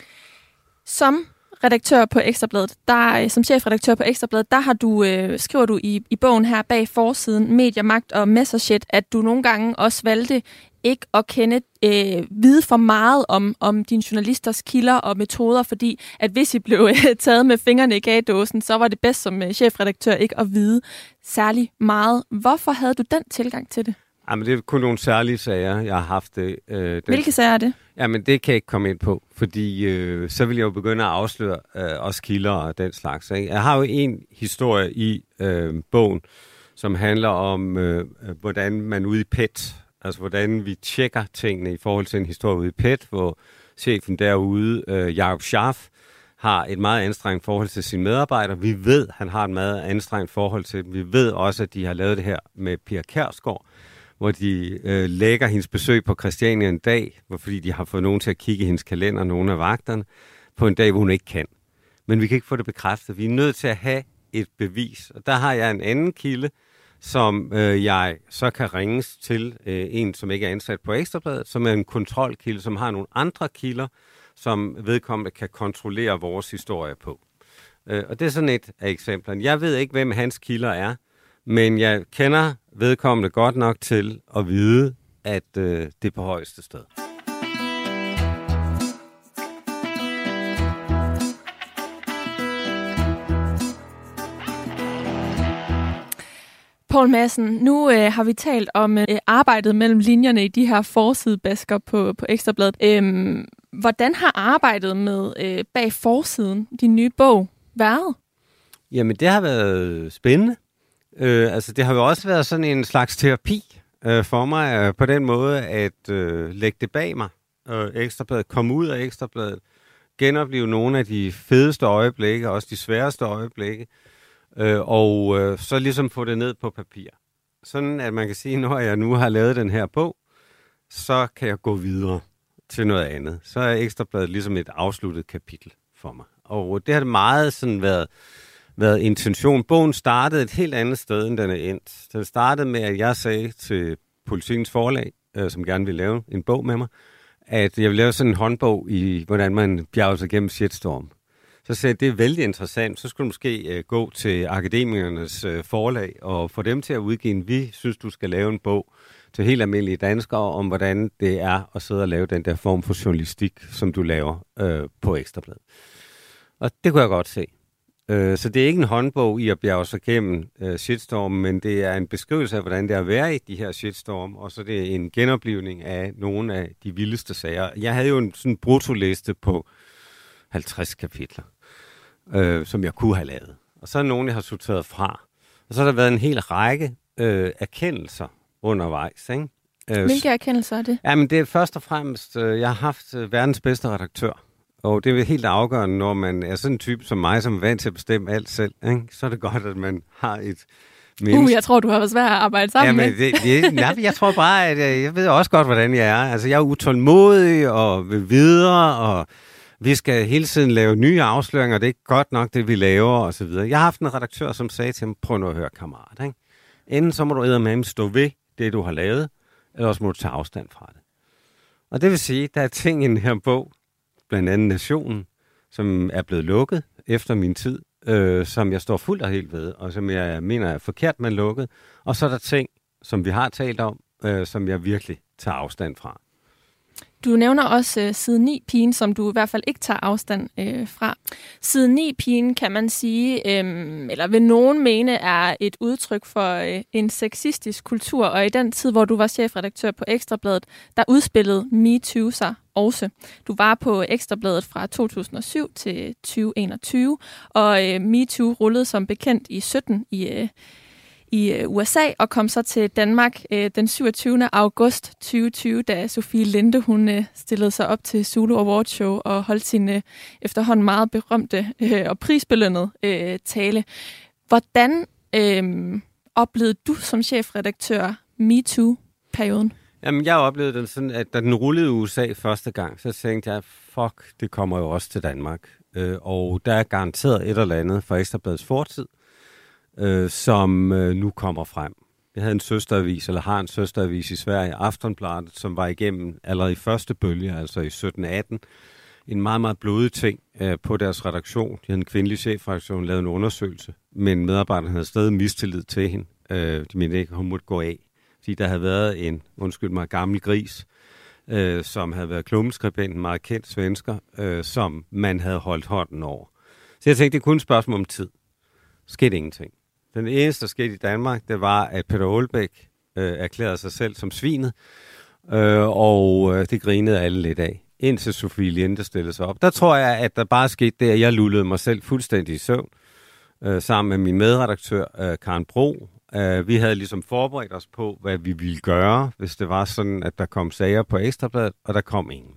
Som redaktør på Ekstrabladet, der, som chefredaktør på Ekstrabladet, der har du, øh, skriver du i, i bogen her bag forsiden, Medier, Magt og Messerschmidt, at du nogle gange også valgte ikke at kende, øh, vide for meget om, om dine journalisters kilder og metoder, fordi at hvis I blev øh, taget med fingrene i gagedåsen, så var det bedst som øh, chefredaktør ikke at vide særlig meget. Hvorfor havde du den tilgang til det? Jamen, det er kun nogle særlige sager, jeg har haft. Øh, den... Hvilke sager er det? Jamen, det kan jeg ikke komme ind på, fordi øh, så vil jeg jo begynde at afsløre øh, også kilder og den slags. Ikke? Jeg har jo en historie i øh, bogen, som handler om, øh, hvordan man ude i P E T, altså hvordan vi tjekker tingene i forhold til en historie ude i P E T, hvor chefen derude, øh, Jakob Scharf, har et meget anstrengt forhold til sine medarbejdere. Vi ved, han har et meget anstrengt forhold til dem. Vi ved også, at de har lavet det her med Pia Kjærsgaard, hvor de øh, lægger hendes besøg på Christiania en dag, hvor, fordi de har fået nogen til at kigge i hendes kalender, nogle af vagterne, på en dag, hvor hun ikke kan. Men vi kan ikke få det bekræftet. Vi er nødt til at have et bevis. Og der har jeg en anden kilde, som øh, jeg så kan ringes til øh, en, som ikke er ansat på Ekstrabladet, som er en kontrolkilde, som har nogle andre kilder, som vedkommende kan kontrollere vores historie på. Øh, og det er sådan et af eksemplerne. Jeg ved ikke, hvem hans kilder er, men jeg kender vedkommende godt nok til at vide, at øh, det er på højeste sted. Poul Madsen, nu øh, har vi talt om øh, arbejdet mellem linjerne i de her forsidebasker på, på Ekstrabladet. Øhm, hvordan har arbejdet med øh, bag forsiden, din nye bog, været? Jamen, det har været spændende. Øh, altså, det har jo også været sådan en slags terapi øh, for mig, øh, på den måde at øh, lægge det bag mig. Øh, Ekstrabladet, komme ud af Ekstrabladet, genopleve nogle af de fedeste øjeblikke, også de sværeste øjeblikke, øh, og øh, så ligesom få det ned på papir. Sådan at man kan sige, når jeg nu har lavet den her bog, så kan jeg gå videre til noget andet. Så er Ekstrabladet ligesom et afsluttet kapitel for mig. Og det har det meget sådan været... været intention. Bogen startede et helt andet sted, end den er endt. Den startede med, at jeg sagde til Politikens Forlag, øh, som gerne ville lave en bog med mig, at jeg ville lave sådan en håndbog i, hvordan man bjerger sig gennem shitstorm. Så sagde jeg, det er vældig interessant. Så skulle du måske øh, gå til akademikernes øh, forlag og få dem til at udgive en, vi synes, du skal lave en bog til helt almindelige danskere om, hvordan det er at sidde og lave den der form for journalistik, som du laver øh, på Ekstrabladet. Og det kunne jeg godt se. Så det er ikke en håndbog i at bjerge sig gennem uh, shitstormen, men det er en beskrivelse af, hvordan det er at være i de her shitstorm, og så det er en genoplivning af nogle af de vildeste sager. Jeg havde jo en sådan brutoliste på halvtreds kapitler, øh, som jeg kunne have lavet. Og så er nogle, jeg har sorteret fra. Og så har der været en hel række øh, erkendelser undervejs. Ikke? Øh, Hvilke erkendelser er det? Jamen det er først og fremmest, øh, jeg har haft øh, verdens bedste redaktør. Og det er helt afgørende, når man er sådan en type som mig, som er vant til at bestemme alt selv. Ikke? Så er det godt, at man har et menneske. Uh, jeg tror, du har været svært at arbejde sammen ja, med. Det, det, nej, jeg tror bare, at jeg, jeg ved også godt, hvordan jeg er. Altså, jeg er utålmodig og vil videre, og vi skal hele tiden lave nye afsløringer. Det er ikke godt nok, det vi laver, og så videre. Jeg har haft en redaktør, som sagde til mig, prøv nu at høre, kammerat. Ikke? Enten så må du eddermame stå ved det, du har lavet, eller også må du tage afstand fra det. Og det vil sige, der er ting i den her bog, blandt andet Nationen, som er blevet lukket efter min tid, øh, som jeg står fuldt og helt ved, og som jeg mener er forkert, man lukket. Og så er der ting, som vi har talt om, øh, som jeg virkelig tager afstand fra. Du nævner også øh, side ni-pigen, som du i hvert fald ikke tager afstand øh, fra. Side ni-pigen kan man sige, øh, eller vil nogen mene, er et udtryk for øh, en sexistisk kultur, og i den tid, hvor du var chefredaktør på Ekstrabladet, der udspillede MeToo sig også. Du var på Ekstrabladet fra to tusind og syv til tyve enogtyve, og øh, MeToo rullede som bekendt i sytten i øh, i U S A, og kom så til Danmark øh, den syvogtyvende august tyve tyve, da Sofie Linde hun, øh, stillede sig op til Zulu Awards Show og holdt sin øh, efterhånden meget berømte øh, og prisbelønnede øh, tale. Hvordan øh, oplevede du som chefredaktør MeToo-perioden? Jamen, jeg oplevede den sådan, at da den rullede i U S A første gang, så tænkte jeg, fuck, det kommer jo også til Danmark. Øh, og der er garanteret et eller andet fra Ekstrabladets fortid, Øh, som øh, nu kommer frem. Jeg havde en søsteravis, eller har en søsteravis i Sverige, Aftonbladet, som var igennem allerede i første bølge, altså i sytten atten, en meget, meget blodig ting øh, på deres redaktion. De havde en kvindelig chefredaktion, lavede en undersøgelse, men medarbejderne havde stadig mistillid til hende. Øh, de mente ikke, at hun måtte gå af, fordi der havde været en, undskyld mig, gammel gris, øh, som havde været klummeskribent, en meget kendt svensker, øh, som man havde holdt hånden over. Så jeg tænkte, det er kun et spørgsmål om tid. Skete ingenting. Den eneste, der skete i Danmark, det var, at Peter Aalbæk øh, erklærede sig selv som svinet, øh, og øh, det grinede alle lidt af, indtil Sofie Linde stillede sig op. Der tror jeg, at der bare skete det, at jeg lullede mig selv fuldstændig i søvn, øh, sammen med min medredaktør, øh, Karen Bro. Øh, vi havde ligesom forberedt os på, hvad vi ville gøre, hvis det var sådan, at der kom sager på Ekstrabladet, og der kom ingen.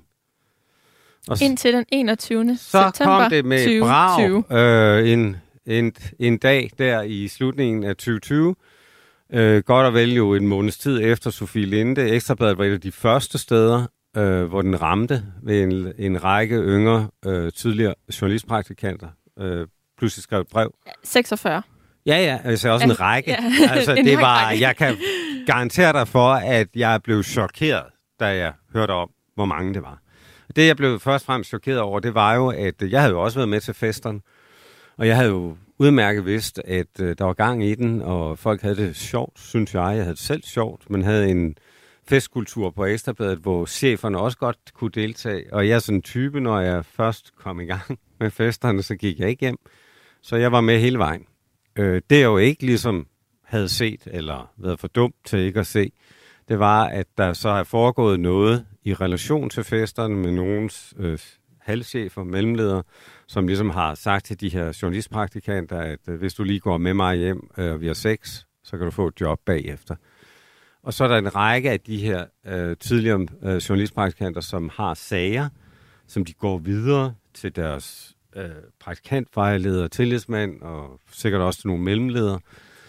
Og Indtil den enogtyvende så september kom det med tyve tyve. brag, øh, en En, en dag der i slutningen af tyve tyve. Øh, godt og vel jo en måneds tid efter Sofie Linde. Ekstrabladet var et af de første steder, øh, hvor den ramte ved en, en række yngre, øh, tidligere journalistpraktikanter. Øh, pludselig skrev et brev. seksogfyrre. Ja, ja, altså også en, en række. Ja. Altså, en det var, række. jeg kan garantere dig for, at jeg blev chokeret, da jeg hørte om, hvor mange det var. Det, jeg blev først og fremmest chokeret over, det var jo, at jeg havde jo også været med til festerne. Og jeg havde jo udmærket vidst, at øh, der var gang i den, og folk havde det sjovt, synes jeg. Jeg havde det selv sjovt, men havde en festkultur på Ekstrabladet, hvor cheferne også godt kunne deltage. Og jeg er sådan en type, når jeg først kom i gang med festerne, så gik jeg ikke hjem. Så jeg var med hele vejen. Øh, det jeg jo ikke ligesom havde set, eller været for dumt til ikke at se, det var, at der så har foregået noget i relation til festerne med nogens øh, halvchefer, mellemledere, som ligesom har sagt til de her journalistpraktikanter, at øh, hvis du lige går med mig hjem, øh, og vi har sex, så kan du få et job bagefter. Og så er der en række af de her øh, tidligere øh, journalistpraktikanter, som har sager, som de går videre til deres øh, praktikantvejleder, tillidsmand, og sikkert også til nogle mellemledere.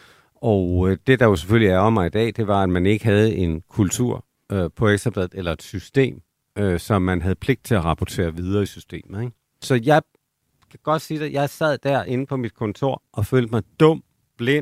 Og øh, det, der jo selvfølgelig er om mig i dag, det var, at man ikke havde en kultur øh, på Ekstrabladet, eller et system, øh, som man havde pligt til at rapportere videre i systemet. Ikke? Så jeg kan godt sige, at jeg sad der inde på mit kontor og følte mig dum, blind,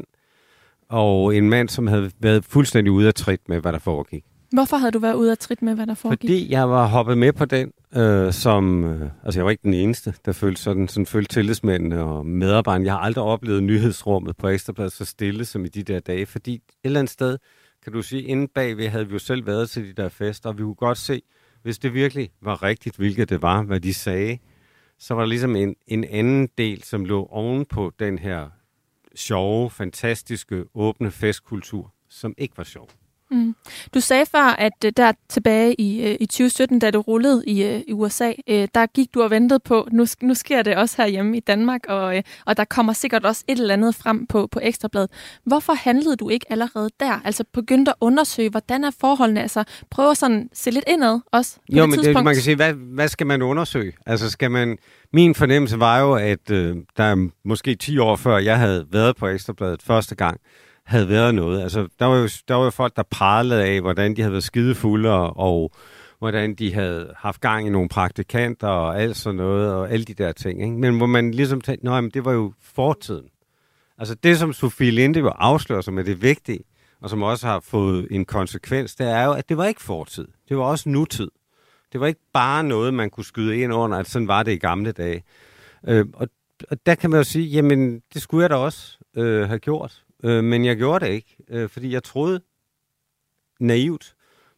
og en mand, som havde været fuldstændig ude af trit med, hvad der foregik. Hvorfor havde du været ude af trit med, hvad der foregik? Fordi jeg var hoppet med på den, øh, som... Øh, altså, jeg var ikke den eneste, der følte sådan. Sådan følte tillidsmændene og medarbejderne. Jeg har aldrig oplevet nyhedsrummet på Ekstrabladet så stille som i de der dage, fordi et eller andet sted, kan du sige, inde bagved havde vi jo selv været til de der fester, og vi kunne godt se, hvis det virkelig var rigtigt, hvilket det var, hvad de sagde, så var der ligesom en, en anden del, som lå oven på den her sjove, fantastiske, åbne festkultur, som ikke var sjov. Mm. Du sagde før, at uh, der tilbage i, uh, i tyve sytten, da du rullede i, uh, i U S A, uh, der gik du og ventede på, nu, nu sker det også herhjemme i Danmark, og, uh, og der kommer sikkert også et eller andet frem på, på Ekstrabladet. Hvorfor handlede du ikke allerede der? Altså begyndte at undersøge, hvordan er forholdene? Altså prøve at sådan se lidt indad også på jo, det men tidspunkt. Det, man kan sige, hvad, hvad skal man undersøge? Altså skal man... Min fornemmelse var jo, at øh, der måske ti år før, jeg havde været på Ekstrabladet første gang, havde været noget. Altså, der var jo, der var jo folk, der pralede af, hvordan de havde været skidefulde, og, og hvordan de havde haft gang i nogle praktikanter, og alt sådan noget, og alle de der ting. Ikke? Men hvor man ligesom tænkte, nej, men det var jo fortiden. Altså, det som Sofie Linde jo afslører sig med det vigtige, og som også har fået en konsekvens, det er jo, at det var ikke fortid. Det var også nutid. Det var ikke bare noget, man kunne skyde ind under, at sådan var det i gamle dage. Øh, og, og der kan man jo sige, jamen, det skulle jeg da også øh, have gjort. Øh, men jeg gjorde det ikke, øh, fordi jeg troede naivt,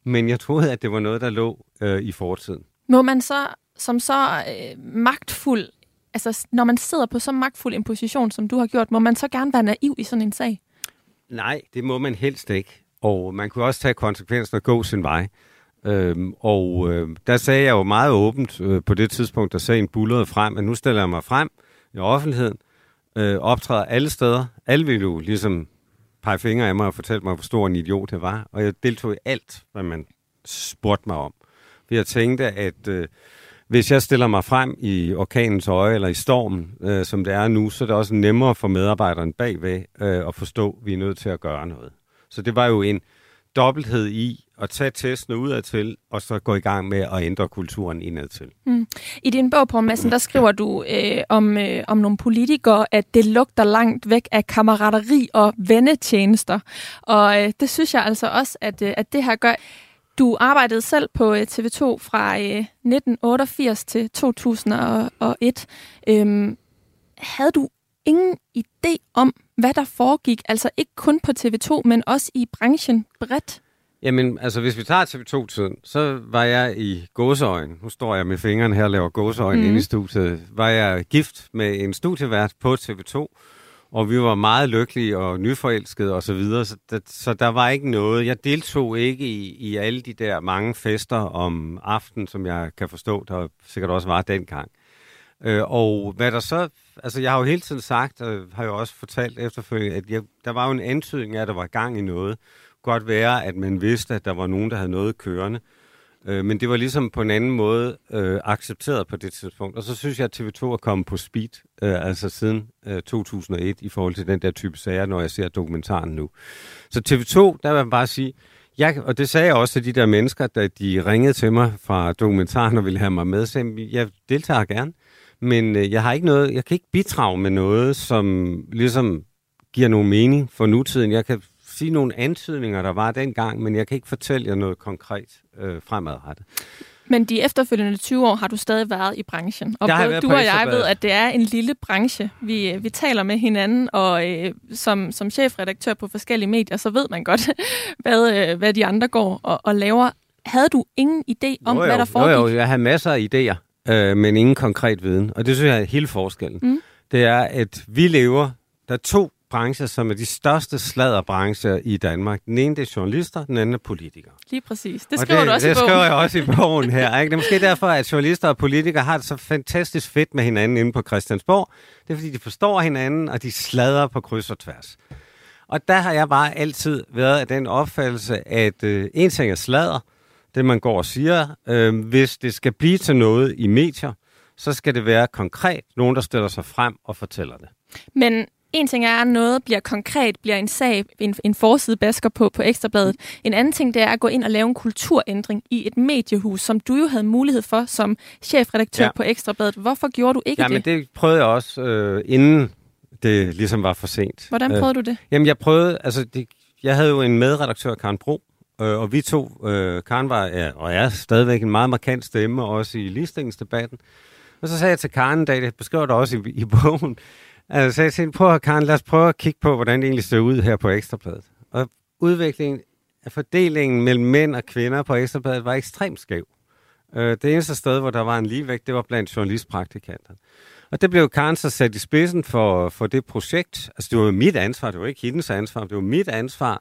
men jeg troede, at det var noget, der lå øh, i fortiden. Må man så, som så øh, magtfuld, altså når man sidder på så magtfuld en position, som du har gjort, må man så gerne være naiv i sådan en sag? Nej, det må man helst ikke. Og man kunne også tage konsekvensen og gå sin vej. Øhm, og øh, der sagde jeg jo meget åbent øh, på det tidspunkt, da sagen bullerede frem, at nu stiller jeg mig frem i offentligheden, øh, optræder alle steder. Alle ville jo ligesom pege fingre af mig og fortælle mig, hvor stor en idiot jeg var. Og jeg deltog i alt, hvad man spurgte mig om. For jeg tænkte, at øh, hvis jeg stiller mig frem i orkanens øje eller i stormen, øh, som det er nu, så er det også nemmere for medarbejderen bagved øh, at forstå, at vi er nødt til at gøre noget. Så det var jo en dobbelthed i at tage testene udadtil, og så gå i gang med at ændre kulturen indadtil. Mm. I din bog, Poul Madsen, der skriver du øh, om, øh, om nogle politikere, at det lugter langt væk af kammerateri og vennetjenester. Og øh, det synes jeg altså også, at, øh, at det her gør. Du arbejdede selv på øh, T V to fra øh, nitten otteogfirs til to tusind og et. Øhm, havde du ingen idé om, hvad der foregik, altså ikke kun på T V to, men også i branchen bredt? Jamen, altså hvis vi tager T V to-tiden, så var jeg i gåseøjne. Nu står jeg med fingrene her og laver gåseøjne mm. inde i studiet. Var jeg gift med en studievært på T V to, og vi var meget lykkelige og nyforelskede og så videre. Så der, så der var ikke noget. Jeg deltog ikke i, i alle de der mange fester om aftenen, som jeg kan forstå, der sikkert også var dengang. Øh, og hvad der så... Altså, jeg har jo hele tiden sagt, og har jo også fortalt efterfølgende, at jeg, der var jo en antydning af, at der var gang i noget. Godt være, at man vidste, at der var nogen, der havde noget kørende. Øh, men det var ligesom på en anden måde øh, accepteret på det tidspunkt. Og så synes jeg, at T V to er kommet på speed, øh, altså siden øh, to tusind og et, i forhold til den der type sager, når jeg ser dokumentaren nu. Så T V to, der vil jeg bare sige, jeg, og det sagde jeg også til de der mennesker, da de ringede til mig fra dokumentaren og ville have mig med, så jeg deltager gerne. Men øh, jeg har ikke noget, jeg kan ikke bidrage med noget, som ligesom giver nogen mening for nutiden. Jeg kan sige nogle antydninger, der var dengang, men jeg kan ikke fortælle jer noget konkret øh, fremadrettet. Men de efterfølgende tyve år har du stadig været i branchen. Og både du og jeg ved, at det er en lille branche. Vi, vi taler med hinanden, og øh, som, som chefredaktør på forskellige medier, så ved man godt, hvad, øh, hvad de andre går og, og laver. Havde du ingen idé om, jo, jo, hvad der foregik? Jo, jo, jeg har masser af idéer, øh, men ingen konkret viden. Og det synes jeg er hele forskellen. Mm. Det er, at vi lever, der er to brancher, som er de største sladderbrancher i Danmark. Den ene, det er journalister, den anden er politikere. Lige præcis. Det skriver det, du også det i bogen. Det skriver jeg også i bogen her. Ikke? Det er måske derfor, at journalister og politikere har det så fantastisk fedt med hinanden inde på Christiansborg. Det er, fordi de forstår hinanden, og de sladrer på kryds og tværs. Og der har jeg bare altid været af den opfattelse, at øh, en ting er sladder, det man går og siger. Øh, hvis det skal blive til noget i medier, så skal det være konkret. Nogen, der stiller sig frem og fortæller det. Men en ting er, at noget bliver konkret, bliver en sag, en, en forside basker på på Ekstrabladet. En anden ting, det er at gå ind og lave en kulturændring i et mediehus, som du jo havde mulighed for som chefredaktør ja. på Ekstrabladet. Hvorfor gjorde du ikke ja, det? Jamen, det prøvede jeg også, øh, inden det ligesom var for sent. Hvordan prøvede øh, du det? Jamen, jeg prøvede, altså, det, jeg havde jo en medredaktør, Karen Bro, øh, og vi to, øh, Karen var, ja, og er stadigvæk en meget markant stemme, også i ligestillingsdebatten. Og så sagde jeg til Karen, da det beskriver det også i, i bogen, altså, så jeg tænkte, prøv at, Karen, lad os prøve at kigge på, hvordan det egentlig ser ud her på Ekstrabladet. Og udviklingen af fordelingen mellem mænd og kvinder på Ekstrabladet var ekstremt skæv. Det eneste sted, hvor der var en ligevægt, det var blandt journalistpraktikanter. Og det blev Karen så sat i spidsen for, for det projekt. Altså, det var mit ansvar, det var ikke hendes ansvar, det var mit ansvar.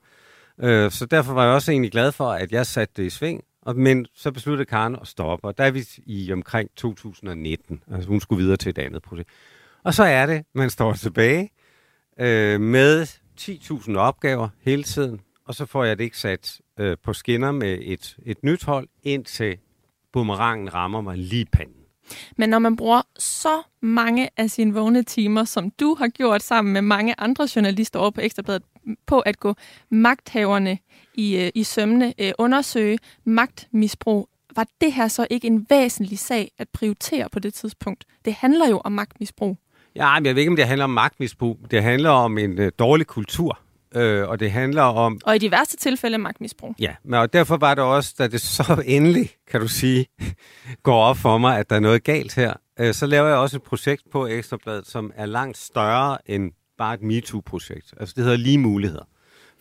Så derfor var jeg også egentlig glad for, at jeg satte det i sving. Men så besluttede Karen at stoppe, og der er vi i omkring to tusind og nitten. Altså, hun skulle videre til et andet projekt. Og så er det, man står tilbage øh, med ti tusind opgaver hele tiden, og så får jeg det ikke sat øh, på skinner med et, et nyt hold, indtil boomerangen rammer mig lige i panden. Men når man bruger så mange af sine vågne timer, som du har gjort sammen med mange andre journalister over på Ekstrabladet, på at gå magthaverne i, øh, i sømne, øh, undersøge magtmisbrug, var det her så ikke en væsentlig sag at prioritere på det tidspunkt? Det handler jo om magtmisbrug. Ja, men jeg ved ikke, om det handler om magtmisbrug. Det handler om en øh, dårlig kultur, øh, og det handler om... Og i de værste tilfælde magtmisbrug. Ja, men og derfor var det også, da det så endelig, kan du sige, går op for mig, at der er noget galt her, øh, så laver jeg også et projekt på Ekstrabladet, som er langt større end bare et MeToo-projekt. Altså det hedder Lige Muligheder.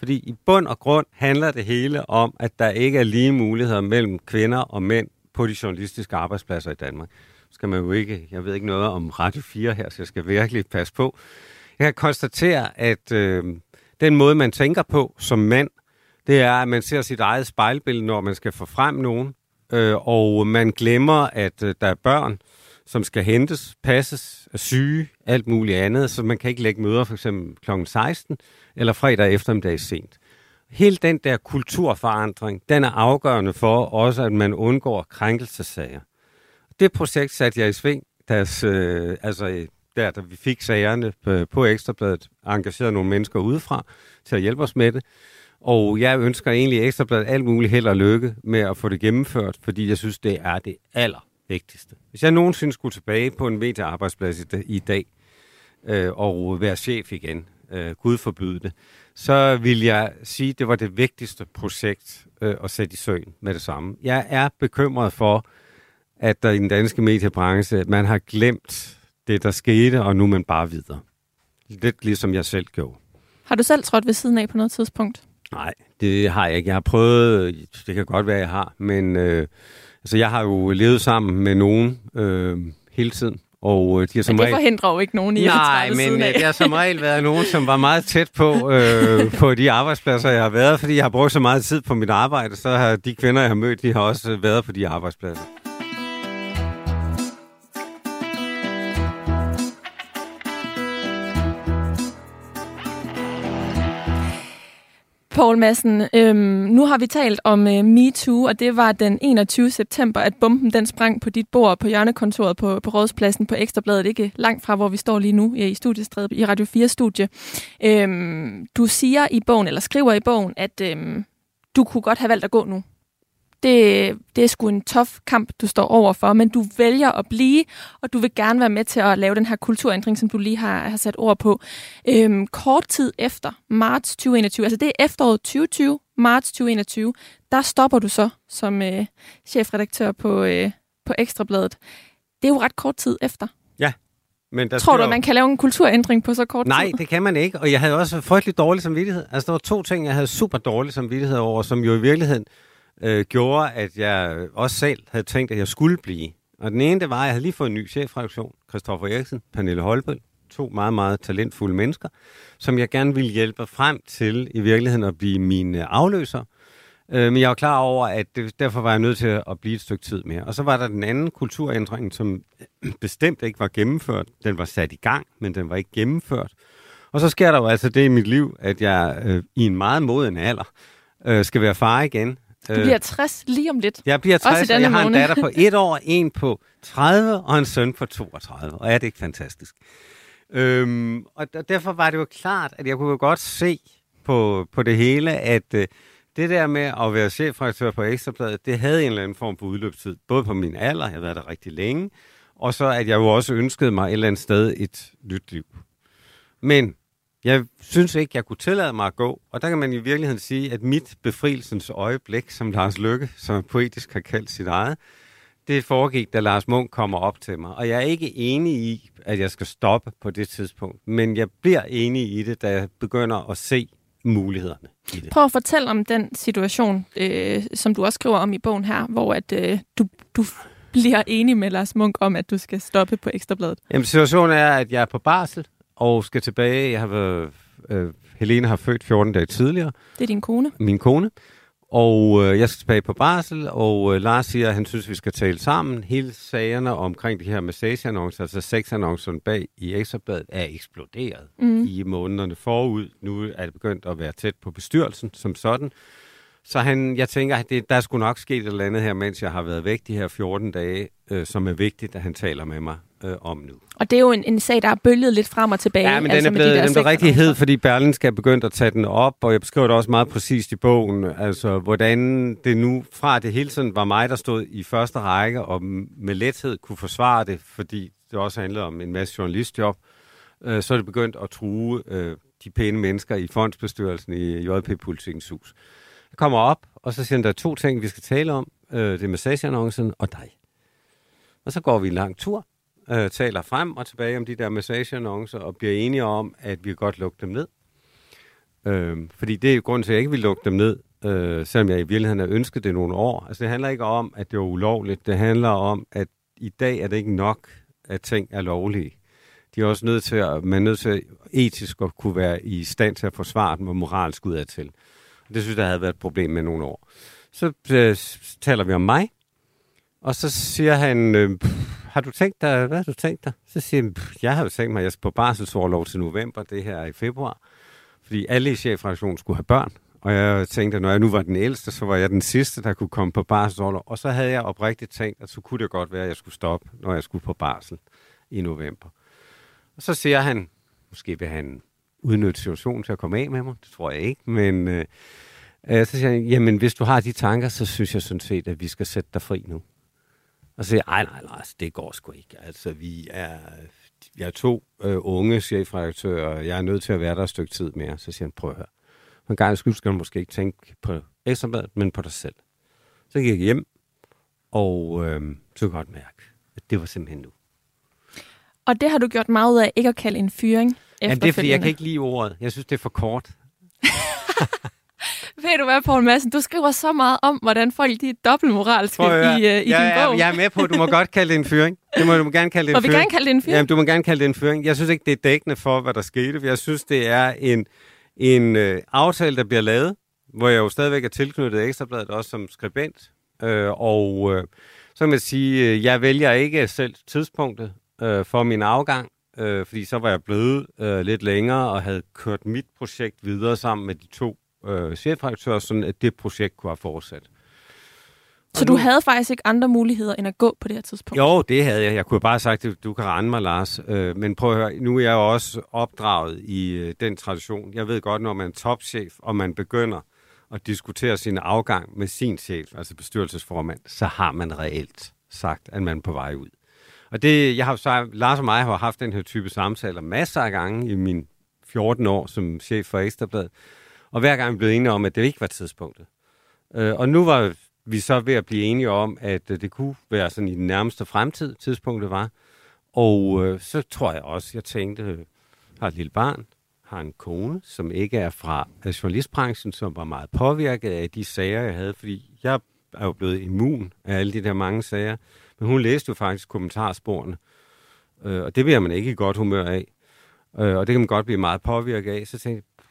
Fordi i bund og grund handler det hele om, at der ikke er lige muligheder mellem kvinder og mænd på de journalistiske arbejdspladser i Danmark. Skal man jo ikke, jeg ved ikke noget om Radio fire her, så jeg skal virkelig passe på. Jeg kan konstatere, at øh, den måde, man tænker på som mand, det er, at man ser sit eget spejlbillede, når man skal få frem nogen, øh, og man glemmer, at øh, der er børn, som skal hentes, passes, er syge, alt muligt andet, så man kan ikke lægge møder for eksempel klokken seksten eller fredag eftermiddag sent. Hele den der kulturforandring, den er afgørende for også, at man undgår krænkelsesager. Det projekt satte jeg i sving, deres, øh, altså der, da vi fik sagerne på, på Ekstrabladet, engagerede nogle mennesker udefra til at hjælpe os med det. Og jeg ønsker egentlig Ekstrabladet alt muligt held og lykke med at få det gennemført, fordi jeg synes, det er det allervigtigste. Hvis jeg nogensinde skulle tilbage på en mediearbejdsplads i, i dag øh, og være chef igen, øh, Gud forbyde det, så vil jeg sige, at det var det vigtigste projekt øh, at sætte i søen med det samme. Jeg er bekymret for, at der i den danske mediebranche, man har glemt det, der skete, og nu er man bare videre. Lidt ligesom jeg selv gjorde. Har du selv trådt ved siden af på noget tidspunkt? Nej, det har jeg ikke. Jeg har prøvet, det kan godt være, jeg har, men øh, altså, jeg har jo levet sammen med nogen øh, hele tiden. Og de har som men det regel... forhindrer jo ikke nogen i Nej, at træde ved men siden af. det har som regel været nogen, som var meget tæt på, øh, på de arbejdspladser, jeg har været, fordi jeg har brugt så meget tid på mit arbejde, så har de kvinder, jeg har mødt, de har også været på de arbejdspladser. Poul Madsen, øhm, nu har vi talt om øh, MeToo, og det var den enogtyvende september, at bomben den sprang på dit bord på hjørnekontoret på, på Rådspladsen på Ekstrabladet, ikke langt fra, hvor vi står lige nu i Studiestræde i Radio fire studie. Øhm, du siger i bogen, eller skriver i bogen, at øhm, du kunne godt have valgt at gå nu. Det, det er sgu en tof kamp, du står overfor, men du vælger at blive, og du vil gerne være med til at lave den her kulturændring, som du lige har, har sat ord på. Øhm, kort tid efter, marts tyve enogtyve, altså det er efteråret tyve tyve, marts tyve enogtyve, der stopper du så som øh, chefredaktør på, øh, på Ekstrabladet. Det er jo ret kort tid efter. Ja. Men der Tror du, at man kan lave en kulturændring på så kort Nej, tid? Nej, det kan man ikke, og jeg havde også frygtelig dårlig samvittighed. Altså der var to ting, jeg havde super dårlig samvittighed over, som jo i virkeligheden Øh, gjorde, at jeg også selv havde tænkt, at jeg skulle blive. Og den ene, det var, at jeg havde lige fået en ny chefredaktion, Christoffer Eriksen, Pernille Holbøl, to meget, meget talentfulde mennesker, som jeg gerne ville hjælpe frem til i virkeligheden at blive mine afløser. Øh, men jeg var klar over, at det, derfor var jeg nødt til at blive et stykke tid mere. Og så var der den anden kulturændring, som bestemt ikke var gennemført. Den var sat i gang, men den var ikke gennemført. Og så sker der jo altså det i mit liv, at jeg øh, i en meget moden alder øh, skal være far igen. Du bliver tres lige om lidt. Jeg bliver tres, og jeg har en måned. datter på et år, en på tredive og en søn på toogtredive. Og er det ikke fantastisk? Øhm, og derfor var det jo klart, at jeg kunne jo godt se på, på det hele, at øh, det der med at være chefredaktør på Ekstrabladet, det havde en eller anden form for udløbstid. Både på min alder, jeg har været der rigtig længe, og så at jeg jo også ønskede mig et eller andet sted et nyt liv. Men jeg synes ikke, jeg kunne tillade mig at gå, og der kan man i virkeligheden sige, at mit befrielsens øjeblik, som Lars Løkke, som poetisk har kaldt sit eget, det foregik, da Lars Munch kommer op til mig. Og jeg er ikke enig i, at jeg skal stoppe på det tidspunkt, men jeg bliver enig i det, da jeg begynder at se mulighederne i det. Prøv at fortælle om den situation, øh, som du også skriver om i bogen her, hvor at, øh, du, du bliver enig med Lars Munch om, at du skal stoppe på Ekstrabladet. Jamen, situationen er, at jeg er på barsel, og skal tilbage. Jeg har været, øh, Helene har født fjorten dage tidligere. Det er din kone? Min kone. Og øh, jeg skal tilbage på barsel, og øh, Lars siger, at han synes, vi skal tale sammen. Hele sagerne omkring de her massageannoncer, altså sexannoncerne bag i Ekstrabladet, er eksploderet mm. i månederne forud. Nu er det begyndt at være tæt på bestyrelsen som sådan. Så han, jeg tænker, at det, der skulle nok ske et eller andet her, mens jeg har været væk de her fjorten dage, øh, som er vigtigt, at han taler med mig øh, om nu. Og det er jo en, en sag, der er bølget lidt frem og tilbage. Ja, men altså den er blevet, de den blev rigtig hed, fordi Berlingske er begyndt at tage den op, og jeg beskriver det også meget præcist i bogen, altså hvordan det nu, fra det hele tiden var mig, der stod i første række, og med lethed kunne forsvare det, fordi det også handlede om en masse journalistjob, øh, så er det begyndt at true øh, de pæne mennesker i fondsbestyrelsen i J P Politikens Hus. Jeg kommer op, og så siger han, der er to ting, vi skal tale om. Øh, det er massageannoncen og dig. Og så går vi en lang tur, øh, taler frem og tilbage om de der massageannoncer, og bliver enige om, at vi kan godt lukke dem ned. Øh, fordi det er grunden til, at jeg ikke vil lukke dem ned, øh, selvom jeg i virkeligheden har ønsket det nogle år. Altså det handler ikke om, at det er ulovligt. Det handler om, at i dag er det ikke nok, at ting er lovlige. De er også nødt til at, man er nødt til etisk at kunne være i stand til at forsvare dem og moralsk udadtil. Det synes jeg havde været et problem med nogle år. Så øh, taler vi om mig, og så siger han, øh, har du tænkt dig, hvad har du tænkt dig? Så siger han, jeg har jo tænkt mig, at jeg skal på barselsorlov til november, det her er i februar, fordi alle i chefredaktionen skulle have børn. Og jeg tænkte, at når jeg nu var den ældste, så var jeg den sidste, der kunne komme på barselsorlov. Og så havde jeg oprigtigt tænkt, at så kunne det godt være, at jeg skulle stoppe, når jeg skulle på barsel i november. Og så siger han, måske vil han udnytte situationen til at komme af med mig. Det tror jeg ikke, men øh, så siger han, jamen hvis du har de tanker, så synes jeg sådan set, at vi skal sætte dig fri nu. Og så siger jeg, ej, nej, nej, det går sgu ikke. Altså, vi er, jeg er to øh, unge chefredaktører, og jeg er nødt til at være der et stykke tid mere. Så siger han, prøv at høre. For en gang skyld skal du måske ikke tænke på Ekstra Bladet, men på dig selv. Så gik jeg hjem, og øh, så kunne jeg godt mærke, at det var simpelthen nu. Og det har du gjort meget ud af ikke at kalde en fyring. Jamen det er, fordi jeg kan ikke lide ordet. Jeg synes, det er for kort. Ved du hvad, Poul Madsen? Du skriver så meget om, hvordan folk de er dobbeltmoralske i, uh, i ja, din ja, bog. Jeg er med på, at du må godt kalde det en fyring. Det må du må gerne kalde det en og fyring. vi gerne kalde det en fyring? Jamen, du må gerne kalde det en fyring. Jeg synes ikke, det er dækkende for, hvad der skete. Jeg synes, det er en, en øh, aftale, der bliver lavet, hvor jeg jo stadigvæk er tilknyttet Ekstra Bladet, også som skribent. Øh, og øh, så kan man sige, øh, jeg vælger ikke selv tidspunktet øh, for min afgang, øh, fordi så var jeg blevet øh, lidt længere og havde kørt mit projekt videre sammen med de to øh, chefredaktører, sådan at det projekt kunne have fortsat. Så og du nu, havde faktisk ikke andre muligheder end at gå på det her tidspunkt? Jo, det havde jeg. Jeg kunne bare have sagt, at du kan rende mig, Lars. Øh, men prøv at høre, nu er jeg jo også opdraget i øh, den tradition. Jeg ved godt, når man er topchef, og man begynder at diskutere sin afgang med sin chef, altså bestyrelsesformand, så har man reelt sagt, at man er på vej ud. Og det, jeg har så, Lars og mig har haft den her type samtaler masser af gange i mine fjorten år som chef for Ekstra Bladet, og hver gang blev enige om, at det ikke var tidspunktet. Øh, og nu var vi så ved at blive enige om, at det kunne være sådan i den nærmeste fremtid, tidspunktet var. Og øh, så tror jeg også, jeg tænkte, jeg har et lille barn, har en kone, som ikke er fra journalistbranchen, som var meget påvirket af de sager, jeg havde, fordi jeg er jo blevet immun af alle de der mange sager. Men hun læste jo faktisk kommentarsporene, øh, og det bliver man ikke i godt humør af. Øh, og det kan man godt blive meget påvirket af. Så tænkte jeg,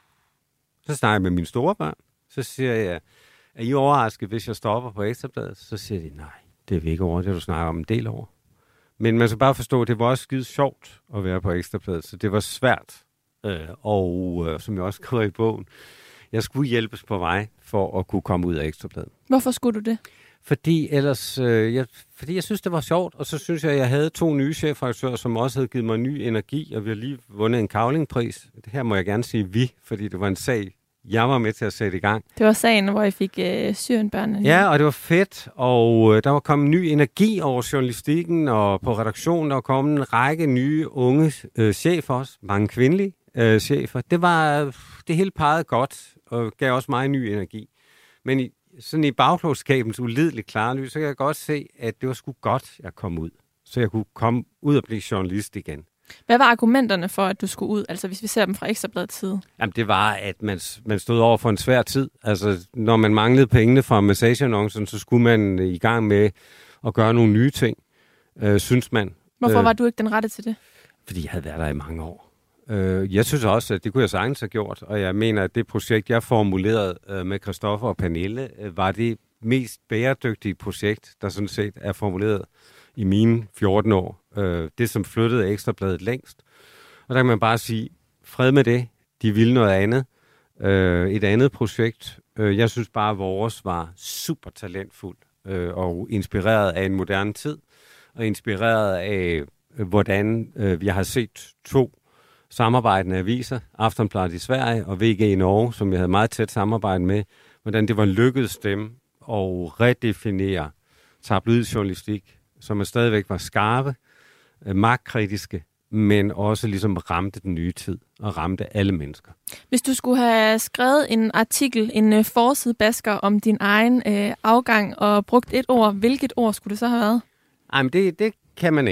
så snakker jeg med mine store børn, så siger jeg, er I overrasket, hvis jeg stopper på Ekstra Bladet? Så siger de, nej, det er vi ikke over, det har du snakket om en del over. Men man skal bare forstå, at det var også skide sjovt at være på Ekstra Bladet, så det var svært. Øh, og øh, som jeg også skriver i bogen, jeg skulle hjælpes på vej for at kunne komme ud af Ekstra Bladet. Hvorfor skulle du det? Fordi ellers, øh, jeg, fordi jeg synes, det var sjovt, og så synes jeg, at jeg havde to nye chefredaktører, som også havde givet mig ny energi, og vi har lige vundet en Cavlingpris. Det her må jeg gerne sige vi, fordi det var en sag, jeg var med til at sætte i gang. Det var sagen, hvor jeg fik øh, Syrienbørnene. Ja, og det var fedt, og øh, der var kommet ny energi over journalistikken, og på redaktionen der var kommet en række nye unge øh, chefer også, mange kvindelige øh, chefer. Det var, det hele pegede godt, og gav også meget ny energi. Men i, sådan i bagklogskabens ulideligt klare lys, så kan jeg godt se, at det var sgu godt, jeg kom ud. Så jeg kunne komme ud og blive journalist igen. Hvad var argumenterne for, at du skulle ud, altså hvis vi ser dem fra Ekstra Bladets side? Jamen det var, at man, man stod over for en svær tid. Altså når man manglede pengene fra massageannoncen, så skulle man i gang med at gøre nogle nye ting, øh, synes man. Hvorfor var du ikke den rette til det? Fordi jeg havde været der i mange år. Øh, jeg synes også, at det kunne jeg sagtens have gjort, og jeg mener, at det projekt, jeg formulerede øh, med Christoffer og Pernille, øh, var det mest bæredygtige projekt, der sådan set er formuleret i mine fjorten år. Øh, det, som flyttede Ekstra Bladet længst. Og der kan man bare sige, fred med det. De ville noget andet. Øh, et andet projekt. Øh, jeg synes bare, at vores var super talentfuld øh, og inspireret af en moderne tid. Og inspireret af, øh, hvordan øh, vi har set to samarbejdende aviser, Aftonbladet i Sverige og V G i Norge, som jeg havde meget tæt samarbejde med, hvordan det var lykkedes dem at redefinere tabloidjournalistik, som er stadigvæk var skarpe, magtkritiske, men også ligesom ramte den nye tid og ramte alle mennesker. Hvis du skulle have skrevet en artikel, en forsidebasker om din egen øh, afgang og brugt et ord, hvilket ord skulle det så have været? Jamen det, det kan man ikke.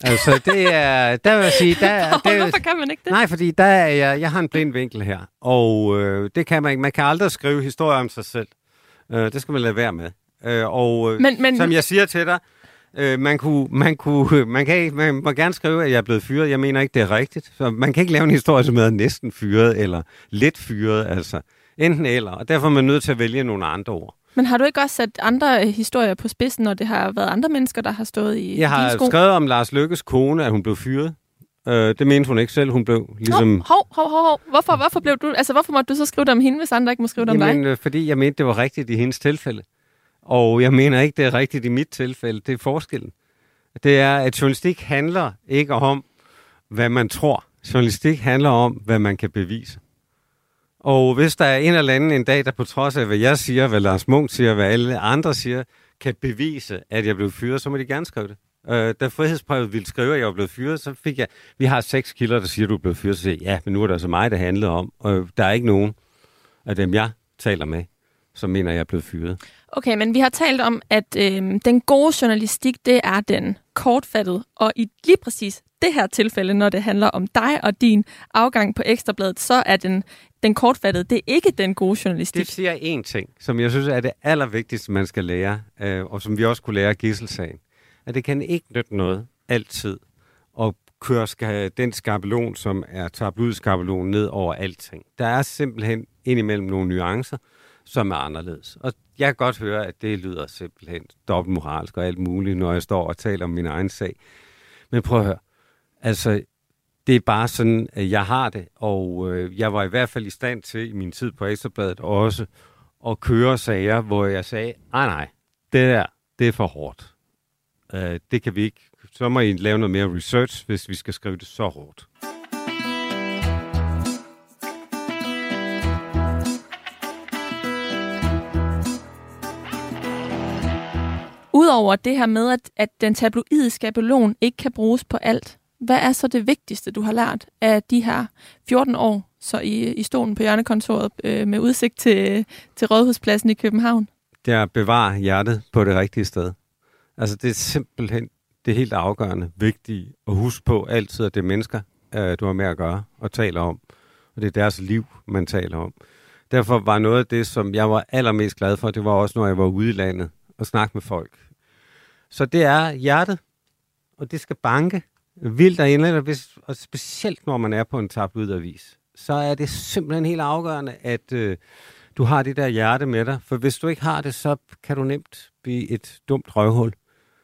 Altså, det er... Der vil jeg sige... Der, oh, der, hvorfor kan man ikke det? Nej, fordi der er jeg, jeg har en blind vinkel her, og øh, det kan man ikke. Man kan aldrig skrive historier om sig selv. Øh, det skal man lade være med. Øh, og øh, men, men, som jeg siger til dig, øh, man, kunne, man, kunne, man, kan ikke, man må gerne skrive, at jeg er blevet fyret. Jeg mener ikke, det er rigtigt. Så man kan ikke lave en historie, som er næsten fyret, eller lidt fyret, altså enten eller. Og derfor er man nødt til at vælge nogle andre ord. Men har du ikke også sat andre historier på spidsen, når det har været andre mennesker, der har stået i Jeg har sko? skrevet om Lars Løkkes kone, at hun blev fyret. Uh, det mente hun ikke selv. Hun blev ligesom... Hov, hov, hov, hov. Hvorfor, hvorfor blev du... Altså, hvorfor måtte du så skrive det om hende, hvis andre ikke må skrive det om dig? Jamen, fordi jeg mente, det var rigtigt i hendes tilfælde. Og jeg mener ikke, det er rigtigt i mit tilfælde. Det er forskellen. Det er, at journalistik handler ikke om, hvad man tror. Journalistik handler om, hvad man kan bevise. Og hvis der er en eller anden en dag, der på trods af, hvad jeg siger, hvad Lars Munch siger, hvad alle andre siger, kan bevise, at jeg blev fyret, så må de gerne skrive det. Øh, da Frihedsbrevet ville skrive, at jeg var blevet fyret, så fik jeg... Vi har seks kilder, der siger, at du er blevet fyret. Så siger jeg, ja, men nu er der så mig, det handler om. Og der er ikke nogen af dem, jeg taler med, som mener, at jeg er blevet fyret. Okay, men vi har talt om, at øh, den gode journalistik, det er den kortfattede. Og i lige præcis det her tilfælde, når det handler om dig og din afgang på Ekstra Bladet, så er den, den kortfattede, det er ikke den gode journalistik. Det siger én ting, som jeg synes er det allervigtigste, man skal lære, øh, og som vi også kunne lære af Gidselsagen. At det kan ikke nytte noget altid at køre ska- den skabelon, som er tabloidskabelon, ned over alting. Der er simpelthen indimellem nogle nuancer, som er anderledes. Og jeg kan godt høre, at det lyder simpelthen dobbeltmoralsk og alt muligt, når jeg står og taler om min egen sag. Men prøv at høre. Altså, det er bare sådan, at jeg har det, og øh, jeg var i hvert fald i stand til i min tid på Ekstra Bladet også at køre sager, hvor jeg sagde, nej nej, det der, det er for hårdt. Uh, det kan vi ikke. Så må I lave noget mere research, hvis vi skal skrive det så hårdt. Udover det her med, at, at den tabloide skabelon ikke kan bruges på alt, hvad er så det vigtigste, du har lært af de her fjorten år så i, i stolen på hjørnekontoret øh, med udsigt til, til Rådhuspladsen i København? Det er at bevare hjertet på det rigtige sted. Altså, det er simpelthen det helt afgørende, vigtige at huske på altid, at det er mennesker, øh, du har med at gøre og taler om. Og det er deres liv, man taler om. Derfor var noget af det, som jeg var allermest glad for, det var også, når jeg var ude i landet og snakke med folk. Så det er hjertet, og det skal banke vildt og inderligt, og specielt når man er på en tabloidavis. Så er det simpelthen helt afgørende, at øh, du har det der hjerte med dig. For hvis du ikke har det, så kan du nemt blive et dumt røvhul.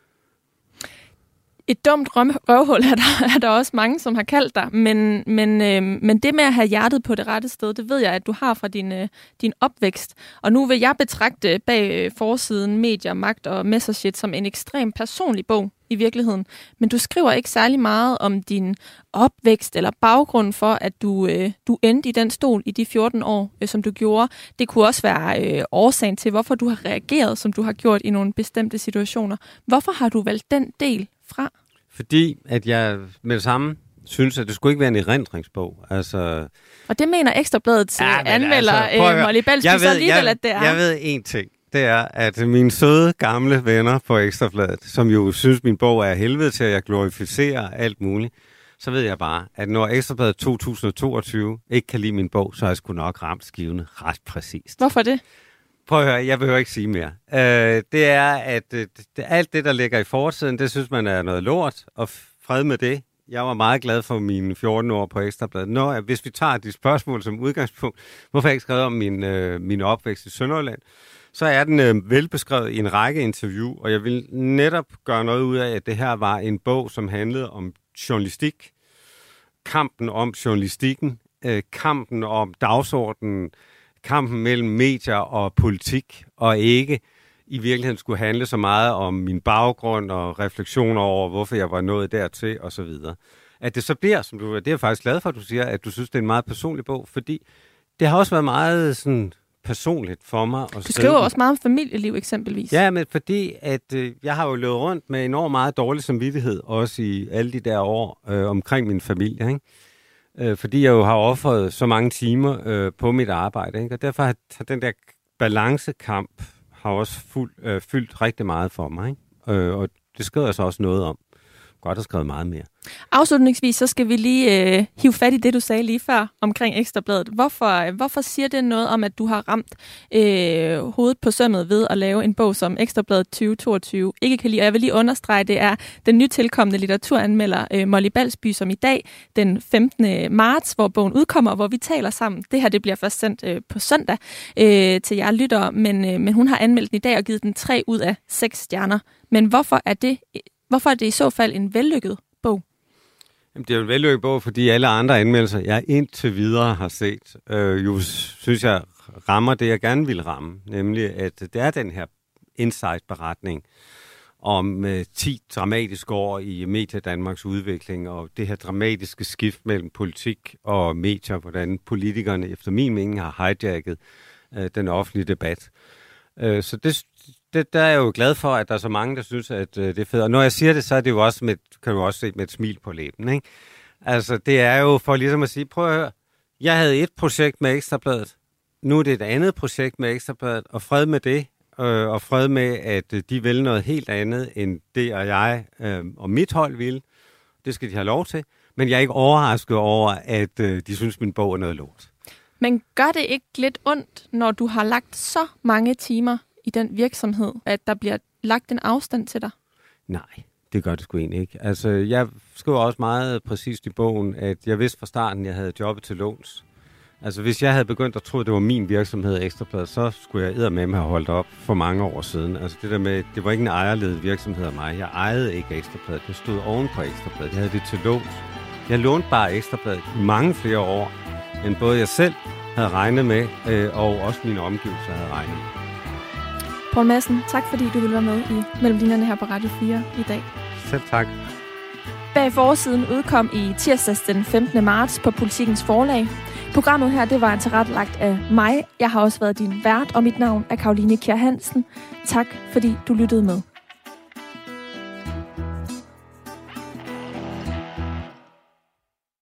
Et dumt røvhul er der, er der også mange, som har kaldt dig, men, men, øh, men det med at have hjertet på det rette sted, det ved jeg, at du har fra din, øh, din opvækst. Og nu vil jeg betragte bag øh, forsiden Medier, Magt og Messerschmidt som en ekstrem personlig bog i virkeligheden. Men du skriver ikke særlig meget om din opvækst eller baggrund for, at du, øh, du endte i den stol i de fjorten år, øh, som du gjorde. Det kunne også være øh, årsagen til, hvorfor du har reageret, som du har gjort i nogle bestemte situationer. Hvorfor har du valgt den del fra? Fordi at jeg med det samme synes, at det skulle ikke være en erindringsbog. Altså... Og det mener Ekstra Bladets ja, anmelder altså, Molly Balsby så alligevel, jeg, at det er. Jeg ved én ting. Det er, at mine søde, gamle venner på Ekstra Bladet, som jo synes, min bog er helvede til, at jeg glorificerer alt muligt, så ved jeg bare, at når Ekstra Bladet to tusind toogtyve ikke kan lide min bog, så har jeg sgu nok ramt skivene ret præcist. Hvorfor det? Prøv at høre, jeg behøver ikke sige mere. Uh, det er, at uh, det, alt det, der ligger i fortiden, det synes man er noget lort, og fred med det. Jeg var meget glad for mine fjorten år på Ekstra Bladet. Nå, hvis vi tager de spørgsmål som udgangspunkt, hvorfor jeg ikke skrevet om min, uh, min opvækst i Sønderjylland, så er den uh, velbeskrevet i en række interview, og jeg vil netop gøre noget ud af, at det her var en bog, som handlede om journalistik, kampen om journalistikken, uh, kampen om dagsordenen, kampen mellem medier og politik, og ikke i virkeligheden skulle handle så meget om min baggrund og refleksioner over, hvorfor jeg var nået dertil, og så videre. At det så bliver, som du, det er jeg faktisk glad for, at du siger, at du synes, det er en meget personlig bog, fordi det har også været meget sådan personligt for mig. At du skriver også meget om familieliv eksempelvis. Ja, men fordi at øh, jeg har jo løbet rundt med enormt meget dårlig samvittighed, også i alle de der år øh, omkring min familie, ikke? Fordi jeg jo har offret så mange timer øh, på mit arbejde, ikke? Og derfor har, har den der balancekamp har også fuld, øh, fyldt rigtig meget for mig, ikke? Øh, og det skriver jeg så også noget om. godt have skrevet meget mere. Afslutningsvis så skal vi lige øh, hive fat i det, du sagde lige før omkring Ekstrabladet. Hvorfor, hvorfor siger det noget om, at du har ramt øh, hovedet på sømmet ved at lave en bog, som Ekstrabladet tyve toogtyve ikke kan lide? Og jeg vil lige understrege, det er den nytilkommende litteraturanmelder øh, Molly Balsby, som i dag, den femtende marts, hvor bogen udkommer, hvor vi taler sammen. Det her det bliver først sendt øh, på søndag øh, til jer lyttere, men, øh, men hun har anmeldt den i dag og givet den tre ud af seks stjerner. Men hvorfor er det, hvorfor er det i så fald en vellykket bog? Jamen, det er jo en vellykket bog, fordi alle andre anmeldelser, jeg indtil videre har set, øh, jo synes jeg rammer det, jeg gerne vil ramme. Nemlig, at det er den her insight-beretning om øh, ti dramatiske år i Medie Danmarks udvikling, og det her dramatiske skift mellem politik og medier, hvordan politikerne efter min mening har hijacket øh, den offentlige debat. Øh, så det, det, der er jeg jo glad for, at der er så mange, der synes, at øh, det er fedt. Og når jeg siger det, så er det jo også med, kan du også se med et smil på læben, ikke? Altså, det er jo for ligesom at sige, prøv at høre, jeg havde et projekt med Ekstrabladet, nu er det et andet projekt med Ekstrabladet, og fred med det, øh, og fred med, at de vil noget helt andet, end det og jeg øh, og mit hold vil. Det skal de have lov til. Men jeg er ikke overrasket over, at øh, de synes, min bog er noget lort. Men gør det ikke lidt ondt, når du har lagt så mange timer i den virksomhed, at der bliver lagt en afstand til dig? Nej, det gør det sgu egentlig ikke. Altså, jeg skriver også meget præcist i bogen, at jeg vidste fra starten, at jeg havde jobbet til låns. Altså, hvis jeg havde begyndt at tro, at det var min virksomhed Ekstrabladet, så skulle jeg eddermame have holdt op for mange år siden. Altså, det der med, det var ikke en ejerledet virksomhed af mig. Jeg ejede ikke Ekstrabladet. Jeg stod oven på Ekstrabladet. Jeg havde det til låns. Jeg lånte bare Ekstrabladet i mange flere år, end både jeg selv havde regnet med, øh, og også mine omgivelser havde regnet med. Poul Madsen, tak fordi du ville være med i Mellem Linjerne her på Radio fire i dag. Selv tak. Bag forsiden udkom i tirsdags den femtende marts på Politikens Forlag. Programmet her, det var tilrettelagt af mig. Jeg har også været din vært, og mit navn er Karoline Kjær Hansen. Tak fordi du lyttede med.